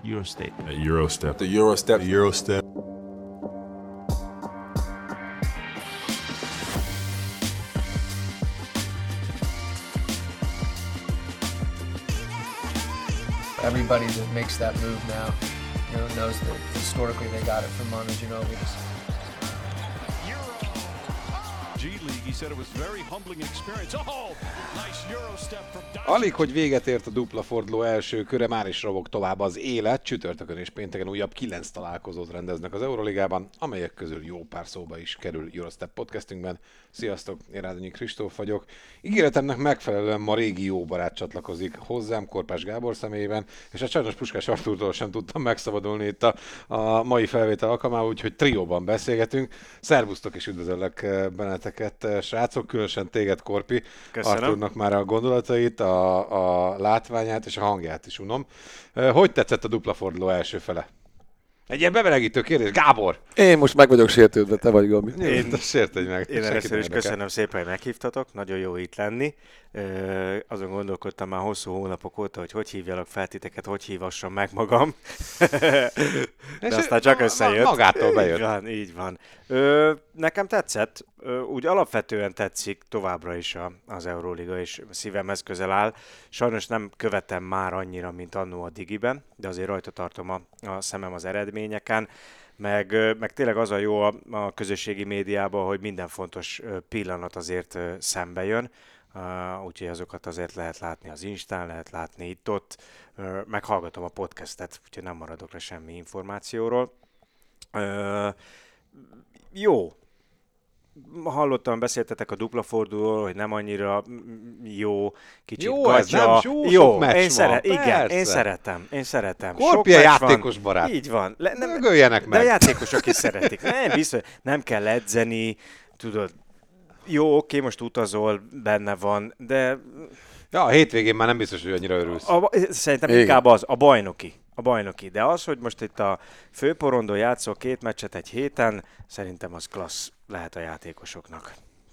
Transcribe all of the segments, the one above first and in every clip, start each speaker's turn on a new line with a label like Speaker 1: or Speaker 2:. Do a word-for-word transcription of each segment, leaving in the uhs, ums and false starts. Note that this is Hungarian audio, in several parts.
Speaker 1: Eurostep.
Speaker 2: A Eurostep.
Speaker 3: The Eurostep.
Speaker 2: The Eurostep.
Speaker 4: Everybody that makes that move now, you know, knows that historically they got it from Manu Ginobili.
Speaker 5: G League, he said it was very humbling experience. Oh, nice Eurostep from Doncic.
Speaker 6: Alig, hogy véget ért a dupla forduló első köre, már is rovog tovább az élet. Csütörtökön és pénteken újabb kilenc találkozót rendeznek az Euroligában, amelyek közül jó pár szóba is kerül Eurostep podcastünkben. Sziasztok, én Rádonyi Kristóf vagyok. Ígéretemnek megfelelően ma régi jó barát csatlakozik hozzám Korpás Gábor személyében, és a sajnos Puskás Artúrtól sem tudtam megszabadulni itt a, a mai felvétel alkalmával, úgyhogy trióban beszélgetünk. Szervusztok és üdvözöllek benneteket, srácok, különösen téged, Korpi.
Speaker 7: Köszönöm.
Speaker 6: Artúrnak már a gondolatait, a, a látványát és a hangját is unom. Hogy tetszett a dupla forduló első fele? Egy ilyen bemelegítő kérdés. Gábor!
Speaker 8: Én most meg vagyok sértődve, te vagy, Gabi.
Speaker 6: Én sértődj meg.
Speaker 7: Én először is köszönöm szépen, hogy meghívtatok, nagyon jó itt lenni. Ö, azon gondolkodtam már hosszú hónapok óta, hogy hogy hívjalak fel titeket, hogy hívassam meg magam. De aztán csak összejött.
Speaker 6: Magától bejött.
Speaker 7: Így van, így van. Ö, nekem tetszett, Ö, úgy alapvetően tetszik továbbra is a, az Euróliga, és szívemhez közel áll. Sajnos nem követem már annyira, mint annó a Digiben, de azért rajta tartom a, a szemem az eredményeken. Meg, meg tényleg az a jó a, a közösségi médiában, hogy minden fontos pillanat azért szembe jön, uh, úgyhogy azokat azért lehet látni az Instán, lehet látni itt-ott, uh, meghallgatom a podcastet, úgyhogy nem maradok le semmi információról. Uh, jó. Hallottam, beszéltetek a dupla fordulóról, hogy nem annyira jó, kicsit
Speaker 6: jó,
Speaker 7: gagya.
Speaker 6: Ez nem jó,
Speaker 7: jó,
Speaker 6: sok meccs
Speaker 7: én szere-
Speaker 6: van,
Speaker 7: igen, én szeretem, én szeretem.
Speaker 6: Korpi a játékos
Speaker 7: van.
Speaker 6: barát.
Speaker 7: Így van. Le, nem,
Speaker 6: Mögöljenek meg.
Speaker 7: De a játékosok is szeretik. Nem, biztos, nem kell edzeni, tudod. Jó, oké, most utazol, benne van, de...
Speaker 6: Ja, a hétvégén már nem biztos, hogy annyira örülsz.
Speaker 7: A, szerintem
Speaker 8: Igen.
Speaker 7: inkább az, a bajnoki. A bajnoki. De az, hogy most itt a főporondon játszol két meccset egy héten, szerintem az klassz lehet a játékosoknak.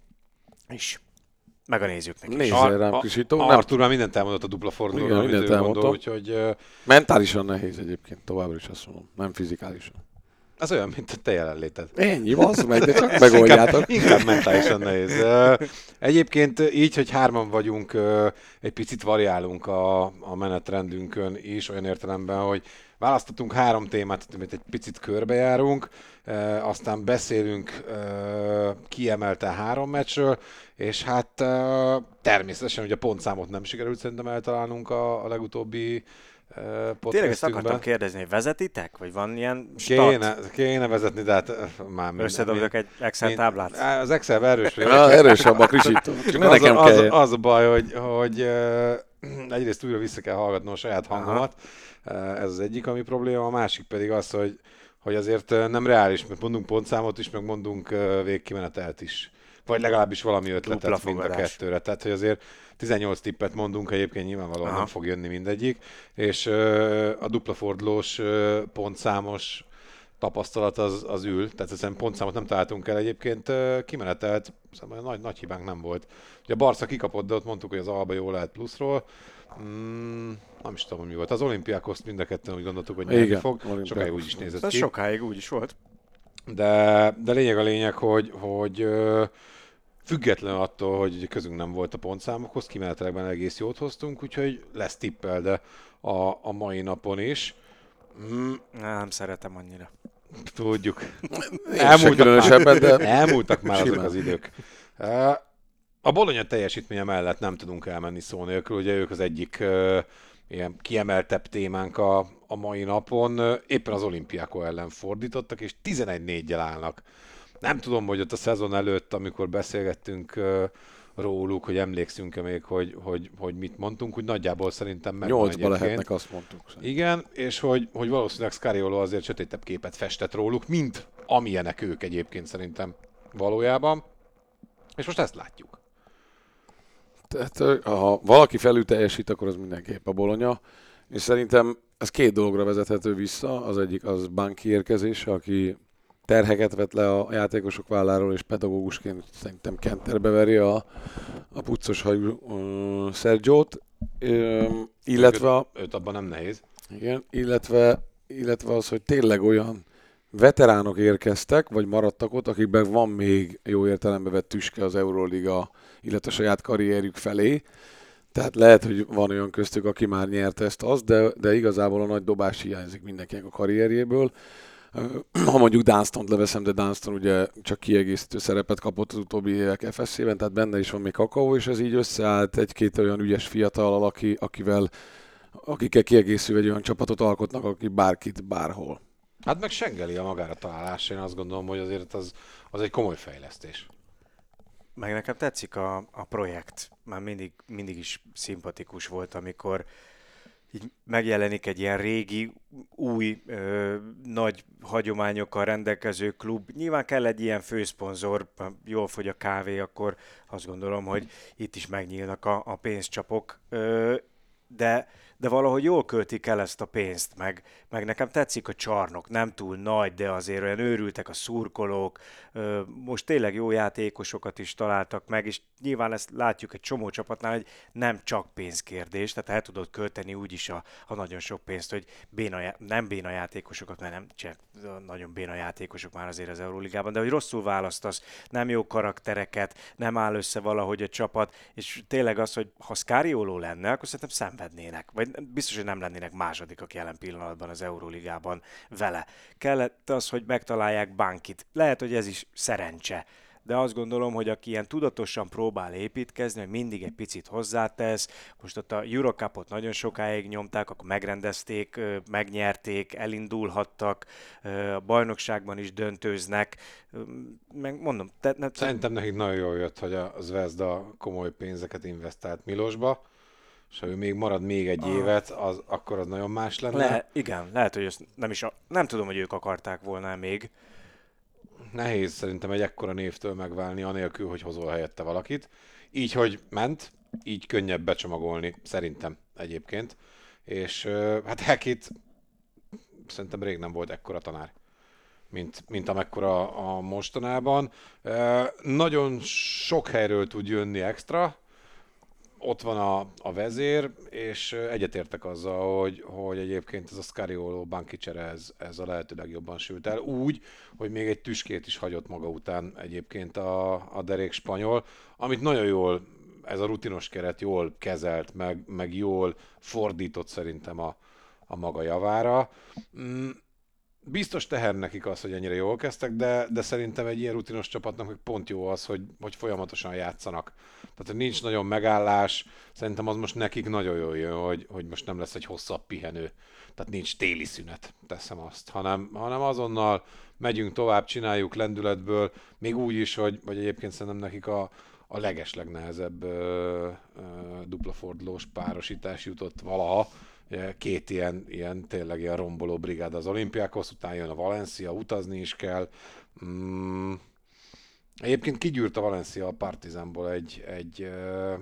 Speaker 7: És meg a nézőknek is.
Speaker 8: Nézzel rám, Krisító. Nem,
Speaker 6: Artúr már mindent elmondott a dupla fordulóról,
Speaker 8: Igen,
Speaker 6: amit
Speaker 8: mindent
Speaker 6: ő gondol,
Speaker 8: elmondtam.
Speaker 6: úgyhogy uh,
Speaker 8: mentálisan nehéz egyébként, továbbra is azt mondom. Nem fizikálisan.
Speaker 6: az olyan, mint a te jelenléted.
Speaker 8: Ennyi, az meg, de csak megoldjátok.
Speaker 6: Inkább, inkább mentálisan nehéz. Uh, egyébként így, hogy hárman vagyunk, uh, egy picit variálunk a, a menetrendünkön is, olyan értelemben, hogy választottunk három témát, amit egy picit körbejárunk, uh, aztán beszélünk uh, kiemelten három meccsről, és hát uh, természetesen ugye a pontszámot nem sikerült szerintem eltalálnunk a, a legutóbbi uh, podcastunkban.
Speaker 7: Tényleg ezt akartam kérdezni, hogy vezetitek? Vagy van ilyen stat?
Speaker 6: Kéne, kéne vezetni, de hát már minden.
Speaker 7: Összedobjak egy Excel
Speaker 6: Én-
Speaker 7: táblát?
Speaker 6: Á, Az Excel erős vagyok.
Speaker 8: Na, erősebb a Krisító. Csak ne
Speaker 6: az,
Speaker 8: nekem
Speaker 6: az,
Speaker 8: kell.
Speaker 6: az a baj, hogy, hogy uh, egyrészt újra vissza kell hallgatnom a saját hangomat. Uh, ez az egyik, ami probléma. A másik pedig az, hogy, hogy azért uh, nem reális, mert mondunk pontszámot is, meg mondunk uh, végkimenetelt is. Vagy legalábbis valami ötletet
Speaker 7: Dupla
Speaker 6: mind a
Speaker 7: fogadás.
Speaker 6: kettőre. Tehát, hogy azért tizennyolc tippet mondunk, egyébként nyilvánvalóan
Speaker 7: Aha.
Speaker 6: nem fog jönni mindegyik. És uh, a dupla fordulós uh, pontszámos tapasztalat az, az ül, tehát ezen pontszámot nem találtunk el egyébként, uh, kimenetelt, szóval nagy, nagy hibánk nem volt. Ugye a Barca kikapott, de ott mondtuk, hogy az Alba jó lehet pluszról. Mm, nem is tudom, hogy mi volt. Az olimpiákoszt mind a ketten úgy gondoltuk, hogy nyerni
Speaker 8: Igen,
Speaker 6: fog.
Speaker 8: olimpiákos.
Speaker 6: Sokáig úgy is nézett
Speaker 7: Ez
Speaker 6: ki.
Speaker 7: sokáig úgy is volt.
Speaker 6: De, de lényeg a lényeg, hogy, hogy ö, független attól, hogy közünk nem volt a pontszámokhoz, kimenetelekben egész jót hoztunk, úgyhogy lesz tippel, de a, a mai napon is. Mm,
Speaker 7: Nem szeretem annyira.
Speaker 6: tudjuk.
Speaker 8: Én se különösebben, de
Speaker 6: Elmúltak már azok
Speaker 8: simán.
Speaker 6: az idők. Uh, A Bologna teljesítménye mellett nem tudunk elmenni szó nélkül, ugye ők az egyik uh, ilyen kiemeltebb témánk a, a mai napon. Uh, éppen az Olympiáko ellen fordítottak, és tizenegy négyel állnak. Nem tudom, hogy ott a szezon előtt, amikor beszélgettünk uh, róluk, hogy emlékszünk-e még, hogy, hogy, hogy mit mondtunk, úgy nagyjából szerintem megvan
Speaker 8: nyolcba
Speaker 6: egyébként.
Speaker 8: lehetnek, azt mondtuk.
Speaker 6: Igen, és hogy, hogy valószínűleg Scariolo azért sötétebb képet festett róluk, mint amilyenek ők egyébként szerintem valójában. És most ezt látjuk.
Speaker 8: Tehát, ha valaki felül teljesít, akkor az mindenképp a Bologna. És szerintem ez két dologra vezethető vissza. Az egyik az Banki érkezése, aki terheket vett le a játékosok válláról, és pedagógusként szerintem kenterbe veri a, a puccos hajú uh, Sergiót. Um, illetve a,
Speaker 6: Őt, őt abban nem nehéz.
Speaker 8: Igen, illetve, illetve az, hogy tényleg olyan veteránok érkeztek, vagy maradtak ott, akikben van még jó értelembe vett tüske az Euroliga, illetve a saját karrierjük felé. Tehát lehet, hogy van olyan köztük, aki már nyert ezt azt, de, de igazából a nagy dobás hiányzik mindenkinek a karrierjéből. Ha mondjuk Dunstont leveszem, de Dunston ugye csak kiegészítő szerepet kapott az utóbbi évek ef es cé-ben, tehát benne is van még kakaó, és ez így összeállt egy-két olyan ügyes fiatal, aki, akivel, akikkel kiegészülve egy olyan csapatot alkotnak, aki bárkit, bárhol.
Speaker 6: Hát meg Sengeli a magára találás, én azt gondolom, hogy azért az, az egy komoly fejlesztés.
Speaker 7: Meg nekem tetszik a, a projekt. Már mindig, mindig is szimpatikus volt, amikor így megjelenik egy ilyen régi, új, ö, nagy hagyományokkal rendelkező klub. Nyilván kell egy ilyen főszponzor, jól fogy a kávé, akkor azt gondolom, hogy itt is megnyílnak a, a pénzcsapok. Ö, de, de valahogy jól költik el ezt a pénzt, meg, meg nekem tetszik a csarnok, nem túl nagy, de azért olyan őrültek a szurkolók, most tényleg jó játékosokat is találtak meg, és nyilván ezt látjuk egy csomó csapatnál, hogy nem csak pénzkérdés, tehát el tudod költeni úgyis a, a nagyon sok pénzt, hogy béna, nem béna játékosokat, mert nem cse, nagyon béna játékosok már azért az Euróligában, de hogy rosszul választasz, nem jó karaktereket, nem áll össze valahogy a csapat, és tényleg az, hogy ha Scariolo lenne, akkor szerintem szenvednének, vagy biztos, hogy nem lennének másodikak jelen pillanatban az Euróligában vele. Kellett az, hogy megtalálják Bankit. Lehet, hogy ez is szerencse, de azt gondolom, hogy aki ilyen tudatosan próbál építkezni, hogy mindig egy picit hozzátesz, most ott a Eurocupot nagyon sokáig nyomták, akkor megrendezték, megnyerték, elindulhattak, a bajnokságban is döntőznek, meg mondom... Te, ne,
Speaker 6: Szerintem nekik nagyon jól jött, hogy a Zvezda komoly pénzeket investált Milosba, és ha ő még marad még egy évet, az, akkor az nagyon más lenne.
Speaker 7: Le, igen, lehet, hogy ezt nem is, a, nem tudom, hogy ők akarták volna még.
Speaker 6: Nehéz szerintem egy ekkora névtől megválni, anélkül, hogy hozol helyette valakit. Így, hogy ment, így könnyebb becsomagolni, szerintem egyébként. És hát Hackett szerintem rég nem volt ekkora tanár, mint, mint amekkora a mostanában. Nagyon sok helyről tud jönni extra, ott van a, a vezér, és egyetértek azzal, hogy, hogy egyébként ez a Scariolo banki csere, ez, ez a lehető legjobban sült el. Úgy, hogy még egy tüskét is hagyott maga után egyébként a, a derék spanyol, amit nagyon jól, ez a rutinos keret jól kezelt, meg, meg jól fordított szerintem a, a maga javára. Mm. Biztos teher nekik az, hogy ennyire jól kezdtek, de, de szerintem egy ilyen rutinos csapatnak meg pont jó az, hogy, hogy folyamatosan játszanak. Tehát, hogy nincs nagyon megállás, szerintem az most nekik nagyon jól jön, hogy, hogy most nem lesz egy hosszabb pihenő. Tehát nincs téli szünet, teszem azt, hanem, hanem azonnal megyünk tovább, csináljuk lendületből, még úgy is, hogy vagy egyébként szerintem nekik a, a legeslegnehezebb ö, ö, dupla fordulós párosítás jutott valaha. Két ilyen, ilyen tényleg ilyen romboló brigád az Olympiakos, után jön a Valencia, utazni is kell. Mm. Egyébként kigyűrt a Valencia a Partizánból egy, egy uh,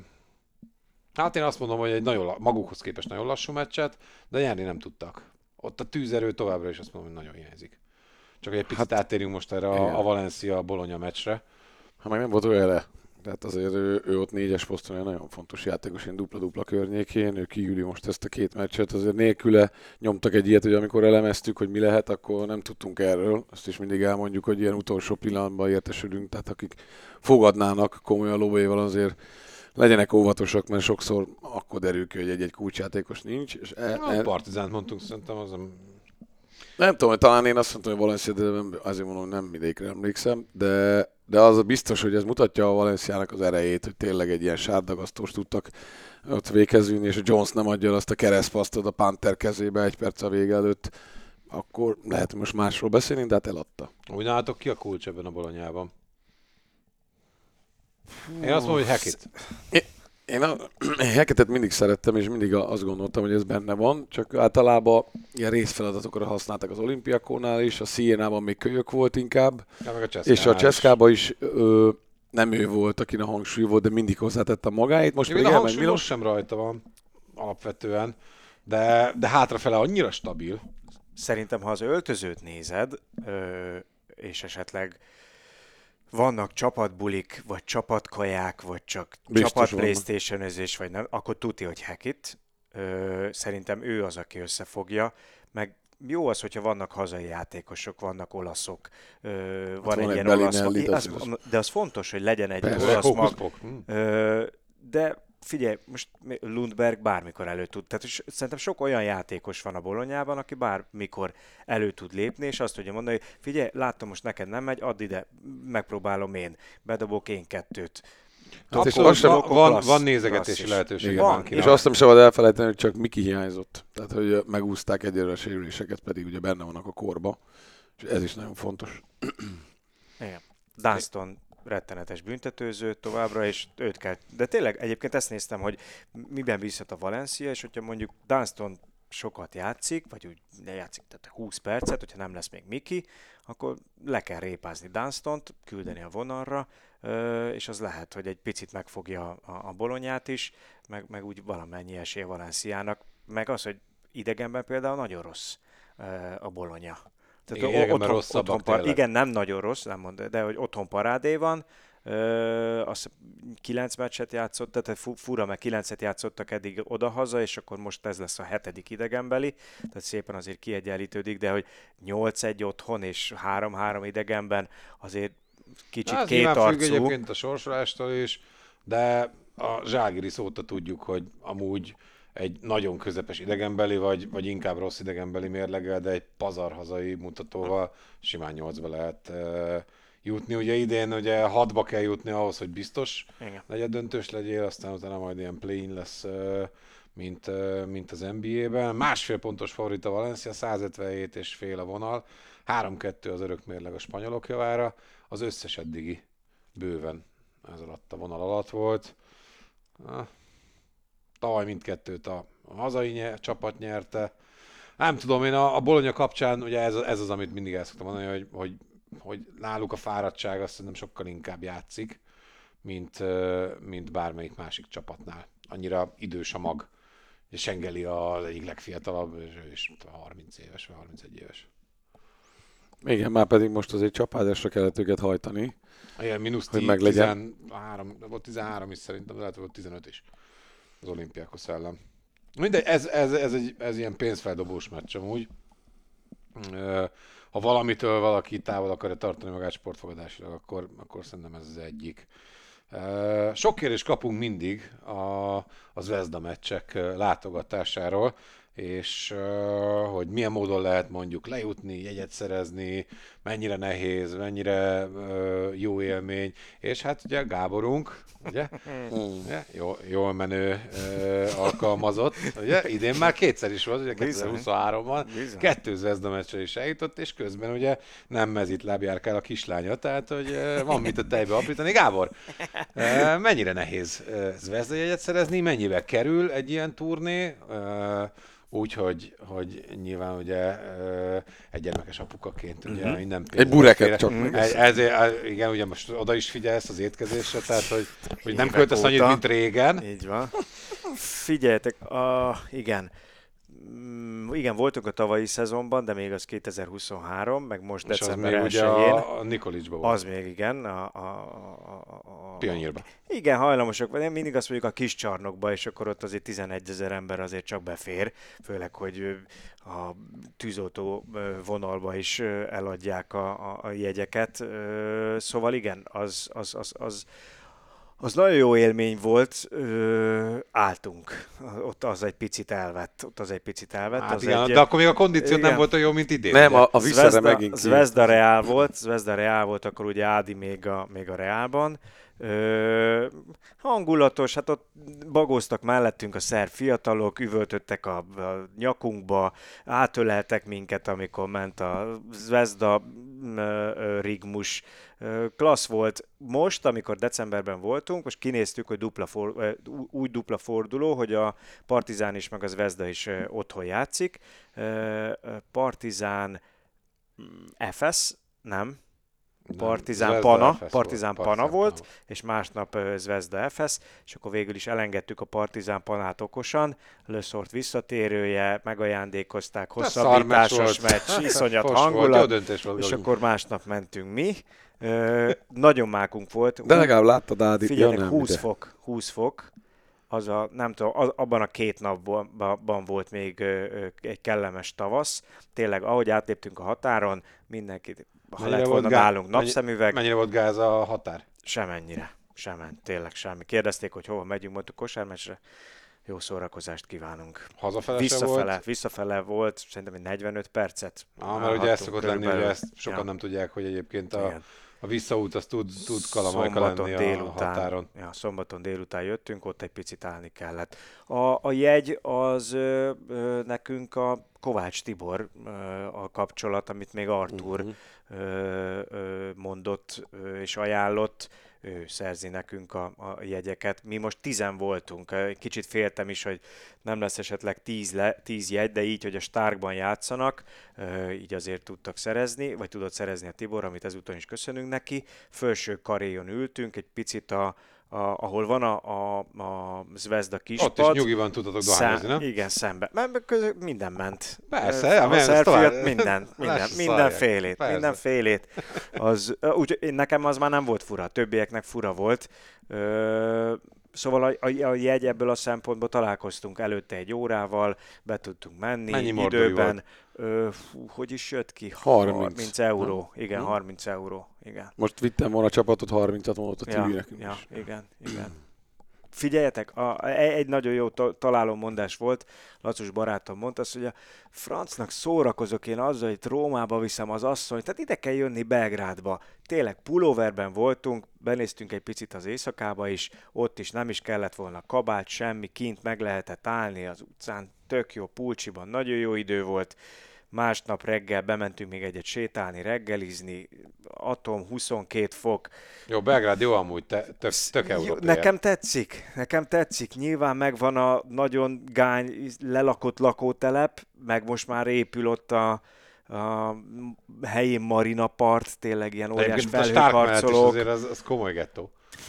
Speaker 6: hát én azt mondom, hogy egy nagyon, magukhoz képest nagyon lassú meccset, de nyerni nem tudtak. Ott a tűzerő továbbra is azt mondom, hogy nagyon hiányzik. Csak egy picit hát, átérjünk most erre a, a Valencia-Bologna meccsre.
Speaker 8: Ha meg nem volt olyan ele. Tehát azért ő, ő ott négyes poszton egy nagyon fontos játékos, ilyen dupla-dupla környékén, ő kiüli most ezt a két meccset, azért nélküle nyomtak egy ilyet, hogy amikor elemeztük, hogy mi lehet, akkor nem tudtunk erről. Azt is mindig elmondjuk, hogy ilyen utolsó pillanatban értesülünk, tehát akik fogadnának komolyan lóvéval, azért legyenek óvatosak, mert sokszor akkor derül ki, hogy egy-egy kulcsjátékos nincs. És e,
Speaker 6: e... A Partizánt mondtunk, szerintem az a...
Speaker 8: Nem tudom, talán én azt mondtam, hogy Valencia, de azért mondom, nem mindegyikre emlékszem, de, de az biztos, hogy ez mutatja a Valenciának az erejét, hogy tényleg egy ilyen sárdagasztós tudtak ott végezni, és a Jones nem adja azt a keresztpasztot a Panther kezébe egy perc a vége előtt, akkor lehet most másról beszélni, de hát eladta.
Speaker 6: Úgy nálatok ki a kulcs ebben a Bolonyában? Én azt mondom, hogy Hackett.
Speaker 8: Én a Hackettet mindig szerettem, és mindig azt gondoltam, hogy ez benne van, csak általában ilyen részfeladatokra használtak az Olympiakónál is, a Sienában még kölyök volt inkább,
Speaker 6: ja, meg a
Speaker 8: és a Cseszkában is, is ö, nem ő volt, akin a hangsúly volt, de mindig hozzátette magáit. Most
Speaker 6: még a hangsúly Milos... most sem rajta van, alapvetően, de, de hátrafele annyira stabil.
Speaker 7: Szerintem, ha az öltözőt nézed, ö, és esetleg vannak csapatbulik, vagy csapatkaják, vagy csak
Speaker 8: biztos
Speaker 7: csapat PlayStation-özés, vagy nem, akkor tudja, hogy Hackett. Ö, szerintem ő az, aki összefogja, meg jó az, hogyha vannak hazai játékosok, vannak olaszok, ö, van,
Speaker 8: van
Speaker 7: egy
Speaker 8: egy
Speaker 7: ilyen olasz,
Speaker 8: Bellinelli,
Speaker 7: az,
Speaker 8: az-
Speaker 7: de az fontos, hogy legyen egy
Speaker 8: Persze.
Speaker 7: olasz mag.
Speaker 6: Hókuszpok. Hm.
Speaker 7: Ö, de figyelj, most Lundberg bármikor elő tud. Tehát s- szerintem sok olyan játékos van a Bolonyában, aki bármikor elő tud lépni, és azt tudja mondani, hogy figyelj, látom, most neked nem megy, add ide, megpróbálom én, bedobok én kettőt.
Speaker 8: Hát és
Speaker 7: Akkor
Speaker 8: az sem-
Speaker 7: akkor
Speaker 6: Van,
Speaker 7: klassz-
Speaker 6: van
Speaker 7: klassz
Speaker 6: nézegetési
Speaker 7: is.
Speaker 6: lehetőség.
Speaker 8: Igen.
Speaker 7: Van,
Speaker 6: Bankinak.
Speaker 8: És azt nem szabad elfelejteni, hogy csak Miki hiányzott. Tehát, hogy megúszták egyelőre a sérüléseket, pedig ugye benne vannak a korba. És ez is nagyon fontos.
Speaker 7: Igen. Dunston rettenetes büntetőző továbbra, és őt kell. De tényleg egyébként ezt néztem, hogy miben bízhat a Valencia, és hogyha mondjuk Dunston sokat játszik, vagy úgy ne játszik, tehát húsz percet, hogyha nem lesz még Miki, akkor le kell répázni Dunstont, küldeni a vonalra, ö, és az lehet, hogy egy picit megfogja a, a Bolonyát is, meg, meg úgy valamennyi esély a Valenciának, meg az, hogy idegenben például nagyon rossz ö, a Bolonya.
Speaker 6: Igen, idegenben rosszabbak
Speaker 7: par,
Speaker 6: tényleg.
Speaker 7: igen, nem nagyon rossz, nem mond, de hogy otthon parádé van, Ö, azt kilenc meccset játszott, tehát fu- fura, meg kilencet játszottak eddig odahaza, és akkor most ez lesz a hetedik idegenbeli, tehát szépen azért kiegyenlítődik, de hogy nyolc egy otthon és három három idegenben azért kicsit
Speaker 6: Ez nyilván függ
Speaker 7: kétarcú.
Speaker 6: egyébként a sorsolástól is, de a Zságiris óta tudjuk, hogy amúgy egy nagyon közepes idegenbeli, vagy, vagy inkább rossz idegenbeli mérleggel, de egy pazar hazai mutatóval simán nyolcba lehet uh, jutni. Ugye idén ugye hatba kell jutni ahhoz, hogy biztos
Speaker 7: Igen.
Speaker 6: legyen döntős legyél, aztán utána majd ilyen play-in lesz, uh, mint, uh, mint az en bé á-ben. Másfél pontos favorit a Valencia, százötvenhét és fél a vonal, három kettő az örök mérleg a spanyolok javára, az összes eddigi bőven ez alatt a vonal alatt volt. Ah. Tavaly mindkettőt a, a hazai nyer, csapat nyerte. Nem tudom, én a, a Bologna kapcsán, ugye ez, ez az, amit mindig el szoktam mondani, hogy, hogy, hogy náluk a fáradtság azt szerintem sokkal inkább játszik, mint, ö, mint bármelyik másik csapatnál. Annyira idős a mag. És Sengeli az egyik legfiatalabb, és ő is harminc éves, vagy harmincegy éves.
Speaker 8: Igen, már pedig most azért csapádásra kellett őket hajtani.
Speaker 6: Igen, mínusz
Speaker 8: Hogy meglegyen.
Speaker 6: tizenhárom, volt tizenhárom is szerintem, de lehet, hogy volt tizenöt is az olimpiákos ellen. Mindegy, ez, ez, ez, egy, ez ilyen pénzfeldobós meccs amúgy. Ö, Ha valamitől valaki távol akarja tartani magát sportfogadásilag, akkor, akkor szerintem ez az egyik. Ö, Sok kérdést kapunk mindig a, a Zvezda meccsek látogatásáról, és uh, hogy milyen módon lehet mondjuk lejutni, jegyet szerezni, mennyire nehéz, mennyire uh, jó élmény, és hát ugye Gáborunk, ugye, ugye jó, jól menő uh, alkalmazott, ugye, idén már kétszer is volt, ugye kétezer-huszonháromban,
Speaker 7: Bizony.
Speaker 6: kettő Zvezda meccsre is eljutott, és közben ugye nem mezitláb járkál a kislánya, tehát hogy uh, van mit a tejbe aprítani. Gábor, uh, mennyire nehéz uh, Zvezda jegyet szerezni, mennyibe kerül egy ilyen turné, uh, úgy, hogy, hogy nyilván ugye ö, egy gyermekes apukaként ugye
Speaker 7: Mhm.
Speaker 6: minden
Speaker 8: Egy bureket
Speaker 6: félre-
Speaker 8: csak meg.
Speaker 6: Ez, ezért, igen, ugye most oda is figyelsz az étkezésre, tehát hogy, hogy nem
Speaker 7: Évek
Speaker 6: költesz annyit,
Speaker 7: óta.
Speaker 6: mint régen.
Speaker 7: Így van. Figyeljetek, a, igen. Mm, igen, voltunk a tavalyi szezonban, de még az kétezer-huszonhárom, meg most
Speaker 6: És az
Speaker 7: december
Speaker 6: még ugye
Speaker 7: elsején.
Speaker 6: a, a Nikolicsban volt.
Speaker 7: Az még igen, a, a, a, a, a
Speaker 6: Pionírban.
Speaker 7: Igen, hajlamosak, vagy én mindig azt mondjuk a kis csarnokba, és akkor ott azért tizenegyezer ember azért csak befér, főleg, hogy ö, a tűzoltó ö, vonalba is ö, eladják a, a, a jegyeket. Ö, Szóval igen, az, az, az, az, az nagyon jó élmény volt, ö, álltunk. Ott az egy picit elvett, ott az egy picit elvett.
Speaker 6: Hát
Speaker 7: az
Speaker 6: igen,
Speaker 7: egy,
Speaker 6: de akkor még a kondíció nem
Speaker 7: igen.
Speaker 6: volt olyan jó, mint idén.
Speaker 8: Nem,
Speaker 6: ugye?
Speaker 8: a, a visszerre
Speaker 7: Zvezda,
Speaker 8: megint ki.
Speaker 7: Zvezda Reál volt, Zvezda Reál volt, akkor ugye Ádi még a, még a Reálban. Ö, hangulatos, hát ott bagóztak mellettünk a szerb fiatalok, üvöltöttek a, a nyakunkba, átöleltek minket, amikor ment a Zvezda ö, ö, rigmus. Ö, klassz volt. Most, amikor decemberben voltunk, most kinéztük, hogy dupla for, ö, úgy dupla forduló, hogy a Partizán is, meg a Zvezda is ö, otthon játszik. Ö, ö, Partizán ef es, nem,
Speaker 6: Nem,
Speaker 7: Partizán
Speaker 6: Zvezda
Speaker 7: Pana,
Speaker 6: ef es
Speaker 7: Partizán
Speaker 6: volt,
Speaker 7: Pana volt,
Speaker 6: Pana.
Speaker 7: és másnap ö, Zvezda ef es, és akkor végül is elengedtük a Partizán Panát okosan, Löszort visszatérője, megajándékozták,
Speaker 6: De szar meccs
Speaker 7: hosszabbításos
Speaker 6: volt.
Speaker 7: meccs, iszonyat
Speaker 6: Fos volt, jó
Speaker 7: hangulat,
Speaker 6: döntés volt.
Speaker 7: és
Speaker 6: Gabi.
Speaker 7: akkor másnap mentünk mi. Ö, nagyon mákunk volt.
Speaker 8: De legalább láttad Ádi.
Speaker 7: Figyeljetek,
Speaker 8: ja, nem,
Speaker 7: húsz
Speaker 8: ide.
Speaker 7: fok, húsz fok. az a, nem tudom, az, abban a két napban volt még ö, egy kellemes tavasz. Tényleg, ahogy átléptünk a határon, mindenki, ha
Speaker 6: Mennyire
Speaker 7: lett volna
Speaker 6: volt gá-
Speaker 7: nálunk napszemüveg,
Speaker 6: Mennyire volt gáz a határ?
Speaker 7: semennyire, semen, tényleg semmi. Kérdezték, hogy hova megyünk, mondtuk kosármeccsre, jó szórakozást kívánunk.
Speaker 6: Hazafele se
Speaker 7: Visszafele,
Speaker 6: volt?
Speaker 7: visszafele volt, szerintem egy negyvenöt percet.
Speaker 6: Ah, mert ugye ez szokott lenni,
Speaker 7: körülbelül.
Speaker 6: hogy ezt sokan
Speaker 7: Ja.
Speaker 6: nem tudják, hogy egyébként a,
Speaker 7: Igen.
Speaker 6: a visszaút az tud, tud kalamajka
Speaker 7: Szombaton
Speaker 6: lenni a
Speaker 7: délután,
Speaker 6: határon.
Speaker 7: Ja, szombaton délután jöttünk, ott egy picit állni kellett. A, a jegy az ö, ö, nekünk a Kovács Tibor ö, a kapcsolat, amit még Artur
Speaker 8: Mhm.
Speaker 7: ö, ö, mondott ö, és ajánlott, ő szerzi nekünk a, a jegyeket. Mi most tizen voltunk, egy kicsit féltem is, hogy nem lesz esetleg tíz, le, tíz jegy, de így, hogy a Starkban játszanak, ö, így azért tudtak szerezni, vagy tudott szerezni a Tibor, amit ezúton is köszönünk neki. Felső karéjon ültünk, egy picit a A, ahol van a, a, a Zvezda kispad.
Speaker 6: Ott is nyugiban tudtatok dohányozni, nem?
Speaker 7: Igen, szembe. Mert közül minden ment.
Speaker 6: Persze,
Speaker 7: Ö,
Speaker 6: ja,
Speaker 7: a
Speaker 6: milyen-
Speaker 7: selfie-ot
Speaker 6: tovább-
Speaker 7: minden, minden,
Speaker 6: Lássa
Speaker 7: minden
Speaker 6: szarják.
Speaker 7: félét,
Speaker 6: Persze.
Speaker 7: minden félét. Az, úgy, nekem az már nem volt fura, a többieknek fura volt. Ö, Szóval a, a, a jegy ebből a szempontból találkoztunk előtte egy órával, be tudtunk menni
Speaker 6: Mennyi mordori
Speaker 7: időben. Ö, fú, hogy is jött ki?
Speaker 8: harminc.
Speaker 7: harminc euró. Igen,
Speaker 8: Hm?
Speaker 7: harminc euró. Igen.
Speaker 8: Most vittem volna a csapatot, harmincat mondott a
Speaker 7: Ja,
Speaker 8: Tibi nekünk
Speaker 7: ja,
Speaker 8: is.
Speaker 7: igen, igen. Figyeljetek, a, egy nagyon jó ta- találó mondás volt, Lacus barátom mondta azt, hogy a francnak szórakozok én azzal, hogy Rómába viszem az asszonyt, tehát ide kell jönni Belgrádba. Tényleg pulóverben voltunk, benéztünk egy picit az éjszakába is, ott is nem is kellett volna kabát, semmi, kint meg lehetett állni az utcán, tök jó, Pulcsiban nagyon jó idő volt. Másnap reggel bementünk még egyet sétálni, reggelizni, atom huszonkét fok.
Speaker 6: Jó, Belgrád jó amúgy, te, tök, tök
Speaker 7: Jó,
Speaker 6: európai.
Speaker 7: nekem tetszik, nekem tetszik. Nyilván megvan a nagyon gány lelakott lakótelep, meg most már épül ott a, a helyi marina part, tényleg ilyen óriás
Speaker 6: Egyébként a Stark mellett is
Speaker 7: felhőkarcolók.
Speaker 6: azért az, az komoly gettó.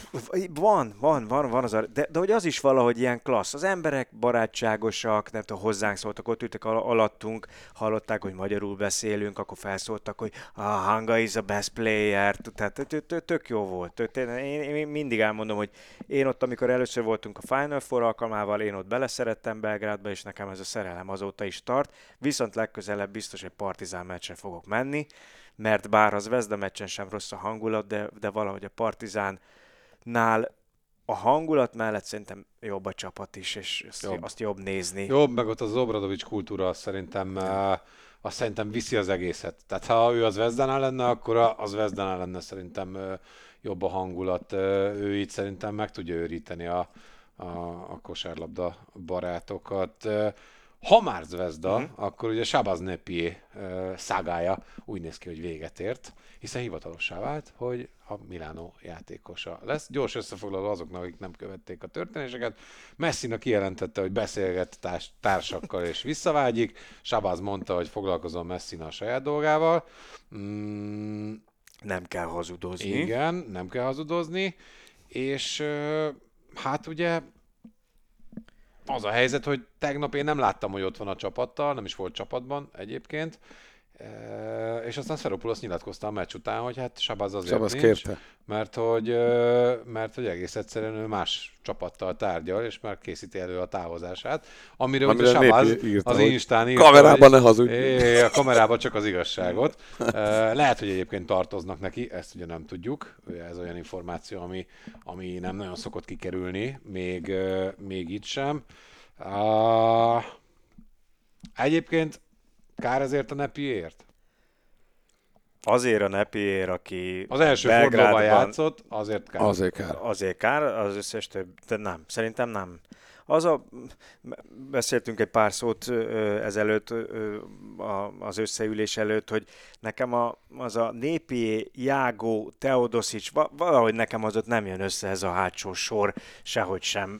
Speaker 7: Van, van, van, van az a, de, de hogy az is valahogy ilyen klassz. Az emberek barátságosak, nem tudom, hozzánk szóltak, ott ültek al- alattunk, hallották, hogy magyarul beszélünk, akkor felszóltak, hogy a Hanga is a best player, tehát tö- tö- tök jó volt. Tök- Én, én mindig elmondom, hogy én ott, amikor először voltunk a Final Four alkalmával, én ott beleszerettem Belgrádba, és nekem ez a szerelem azóta is tart, viszont legközelebb biztos egy Partizán meccsre fogok menni, mert bár az Zvezda meccsen sem rossz a hangulat, de, de valahogy a Partizán nál a hangulat mellett szerintem jobb a csapat is, és azt
Speaker 6: Jobb.
Speaker 7: jobb, azt jobb nézni.
Speaker 6: Jobb, meg ott az Obradovics kultúra azt szerintem, uh, azt szerintem viszi az egészet. Tehát ha ő az Zvezdánál lenne, akkor a- az Zvezdánál lenne szerintem uh, jobb a hangulat. Uh, ő itt szerintem meg tudja őríteni a, a, a kosárlabda barátokat. Uh, ha már Zvezda,
Speaker 7: Mhm.
Speaker 6: akkor ugye Shabazz Napier uh, szágája úgy néz ki, hogy véget ért, hiszen hivatalossá vált, hogy a Milánó játékosa lesz. Gyors összefoglaló azoknak, akik nem követték a történéseket. Messina kijelentette, hogy beszélget társ, társakkal és visszavágyik. Shabazz mondta, hogy foglalkozom Messina a saját dolgával. Mm,
Speaker 7: Nem kell hazudozni.
Speaker 6: igen, nem kell hazudozni. És ö, hát ugye az a helyzet, hogy tegnap én nem láttam, hogy ott van a csapattal, nem is volt csapatban egyébként. E, és aztán Szeropoulos nyilatkozta a meccs után, hogy hát Shabazz azért
Speaker 8: Shabazz
Speaker 6: nincs,
Speaker 8: kérte.
Speaker 6: mert hogy, ö, mert hogy egész egyszerűen ő más csapattal tárgyal, és már készíti elő a távozását. Amire,
Speaker 8: Amire
Speaker 6: ugye Shabazz
Speaker 8: Napier írta,
Speaker 6: az
Speaker 8: hogy
Speaker 6: Instán írta,
Speaker 8: kamerában
Speaker 6: hogy-
Speaker 8: ne hazudj.
Speaker 6: É, a kamerában csak az igazságot. Ö, Lehet, hogy egyébként tartoznak neki, ezt ugye nem tudjuk. Ugye ez olyan információ, ami, ami nem nagyon szokott kikerülni, még, ö, még itt sem. Uh, egyébként kár ezért a Napierért?
Speaker 7: Azért a Napier, aki
Speaker 6: Az első fordulóban
Speaker 7: Belgrádban
Speaker 6: játszott, azért kár.
Speaker 8: Azért kár.
Speaker 7: azért kár, az összes több, de nem, szerintem nem. Az a, beszéltünk egy pár szót ö, ezelőtt, ö, a, az összeülés előtt, hogy nekem a, az a Napier, Jágó, Teodosic, va, valahogy nekem az ott nem jön össze ez a hátsó sor, sehogy sem.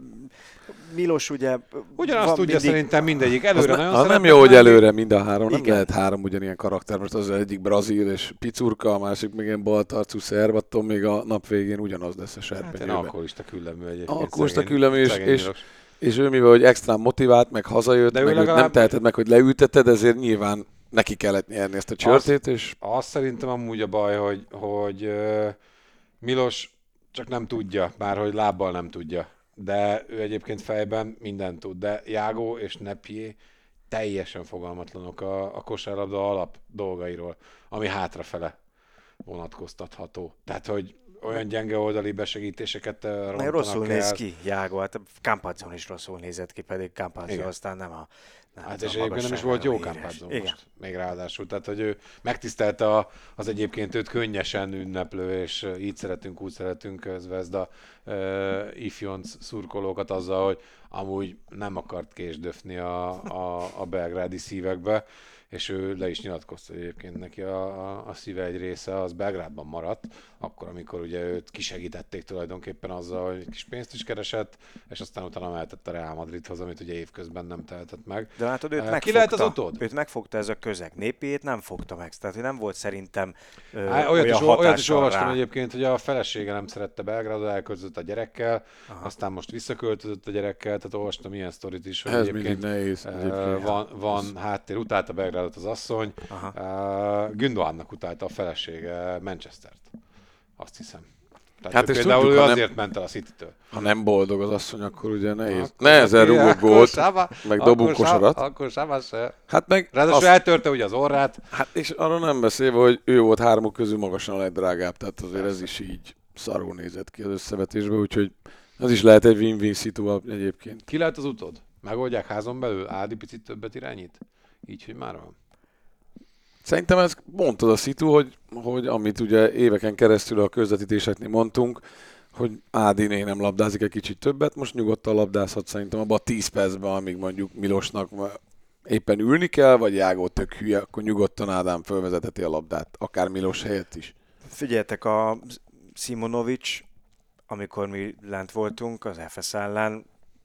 Speaker 7: Milos ugye...
Speaker 6: Ugyanazt
Speaker 7: van
Speaker 6: tudja
Speaker 7: mindig-
Speaker 6: szerintem mindegyik.
Speaker 8: Az,
Speaker 6: Előre
Speaker 8: ne,
Speaker 6: nagyon
Speaker 8: az nem
Speaker 6: szeretnek
Speaker 8: jó, hogy
Speaker 6: menni.
Speaker 8: előre mind a három. Nem
Speaker 7: Igen.
Speaker 8: lehet három ugyanilyen karakter, mert az egyik brazil és picurka, a másik még ilyen baltarcú szerb, attól még a nap végén ugyanaz lesz a
Speaker 6: Hát én
Speaker 8: serpenyőben.
Speaker 6: alkoholista küllemű egyébként.
Speaker 8: Alkoholista
Speaker 6: szegény-
Speaker 8: küllemű, és-
Speaker 6: szegény
Speaker 8: és-
Speaker 6: Milos.
Speaker 8: És ő mivel, hogy extrán motivált, meg hazajött,
Speaker 6: De ő
Speaker 8: meg őt nem
Speaker 6: legalább-
Speaker 8: teheted meg, hogy leülteted, ezért nyilván neki kellett nyerni ezt a csörtét, és
Speaker 6: Azt szerintem amúgy a baj, hogy, hogy uh, Milos csak nem tudja, bár hogy lábbal nem tudja. de ő egyébként fejben mindent tud, de Jágó és Nepié teljesen fogalmatlanok a, a kosárlabda alap dolgairól, ami hátrafele vonatkoztatható. Tehát, hogy olyan gyenge oldali besegítéseket rontanak el.
Speaker 7: Rosszul néz ki, Jágó, hát Campazzon is rosszul nézett ki, pedig Campazzo aztán nem a nem
Speaker 6: Hát
Speaker 7: a
Speaker 6: és egyébként nem is volt jó Campazzo most, még ráadásul. Tehát, hogy ő megtisztelte a, az egyébként őt könnyesen ünneplő, és így szeretünk, úgy szeretünk Zvezda uh, ifjonc szurkolókat azzal, hogy amúgy nem akart késdöfni a, a, a belgrádi szívekbe, és ő le is nyilatkozta, hogy egyébként neki a, a, a szíve egy része az Belgrádban maradt, akkor, amikor ugye őt kisegítették tulajdonképpen azzal, hogy kis pénzt is keresett, és aztán utána mehetett a Real Madridhoz, amit ugye évközben nem tehetett meg.
Speaker 7: De látod, őt
Speaker 6: Ki
Speaker 7: megfogta.
Speaker 6: lehet az utód?
Speaker 7: Őt megfogta ez a közeg. Népét nem fogta meg. Tehát, hogy nem volt szerintem ö,
Speaker 6: Há, olyat,
Speaker 7: olyan
Speaker 6: is, olyat is olvastam
Speaker 7: rá.
Speaker 6: egyébként, hogy a felesége nem szerette Belgrádot, elköltözött a gyerekkel, aha, aztán most visszaköltözött a gyerekkel, tehát olvastam ilyen sztorit is, hogy
Speaker 8: Ez
Speaker 6: egyébként
Speaker 8: mindig nehéz. Egyébként.
Speaker 6: van, van háttér, utálta Belgrádot az asszony, uh, Gündoğannak utálta a felesége Manchestert, azt hiszem. Tehát
Speaker 8: Hát
Speaker 6: ő
Speaker 8: és
Speaker 6: például
Speaker 8: tudjuk,
Speaker 6: ő
Speaker 8: ha
Speaker 6: azért
Speaker 8: nem-
Speaker 6: ment el a City-től.
Speaker 8: Ha nem boldog az asszony, akkor ugye nehéz.
Speaker 6: Akkor-
Speaker 8: Nehezen
Speaker 6: akkor-
Speaker 8: rúgok
Speaker 6: akkor
Speaker 8: gólt,
Speaker 6: Sába-
Speaker 8: meg
Speaker 6: akkor
Speaker 8: dobunk
Speaker 6: Sába-
Speaker 8: kosarat.
Speaker 6: Akkor Sába se.
Speaker 8: Hát meg
Speaker 6: Ráadásul
Speaker 8: azt,
Speaker 6: eltörte ugye az orrát.
Speaker 8: hát és arra nem beszélve, hogy ő volt hármuk közül magasan a legdrágább, tehát azért ez is így szarul nézett ki az összevetésbe, úgyhogy az is lehet egy win-win szitu egyébként.
Speaker 6: Ki lehet az utód? Megoldják házon belül? Ádi picit többet irányít? Így, hogy már van.
Speaker 8: Szerintem ez mondtad a szitu, hogy, hogy amit ugye éveken keresztül a közvetítéseknél mondtunk, hogy Ádiné nem labdázik egy kicsit többet, most nyugodtan labdázhat szerintem abban a tíz percben, amíg mondjuk Milosnak éppen ülni kell, vagy Jágó tök hülye, akkor nyugodtan Ádám fölvezetheti a labdát, akár Milos helyett is.
Speaker 7: Figyeljetek, a Simonovic, amikor mi lent voltunk az ef es ellen,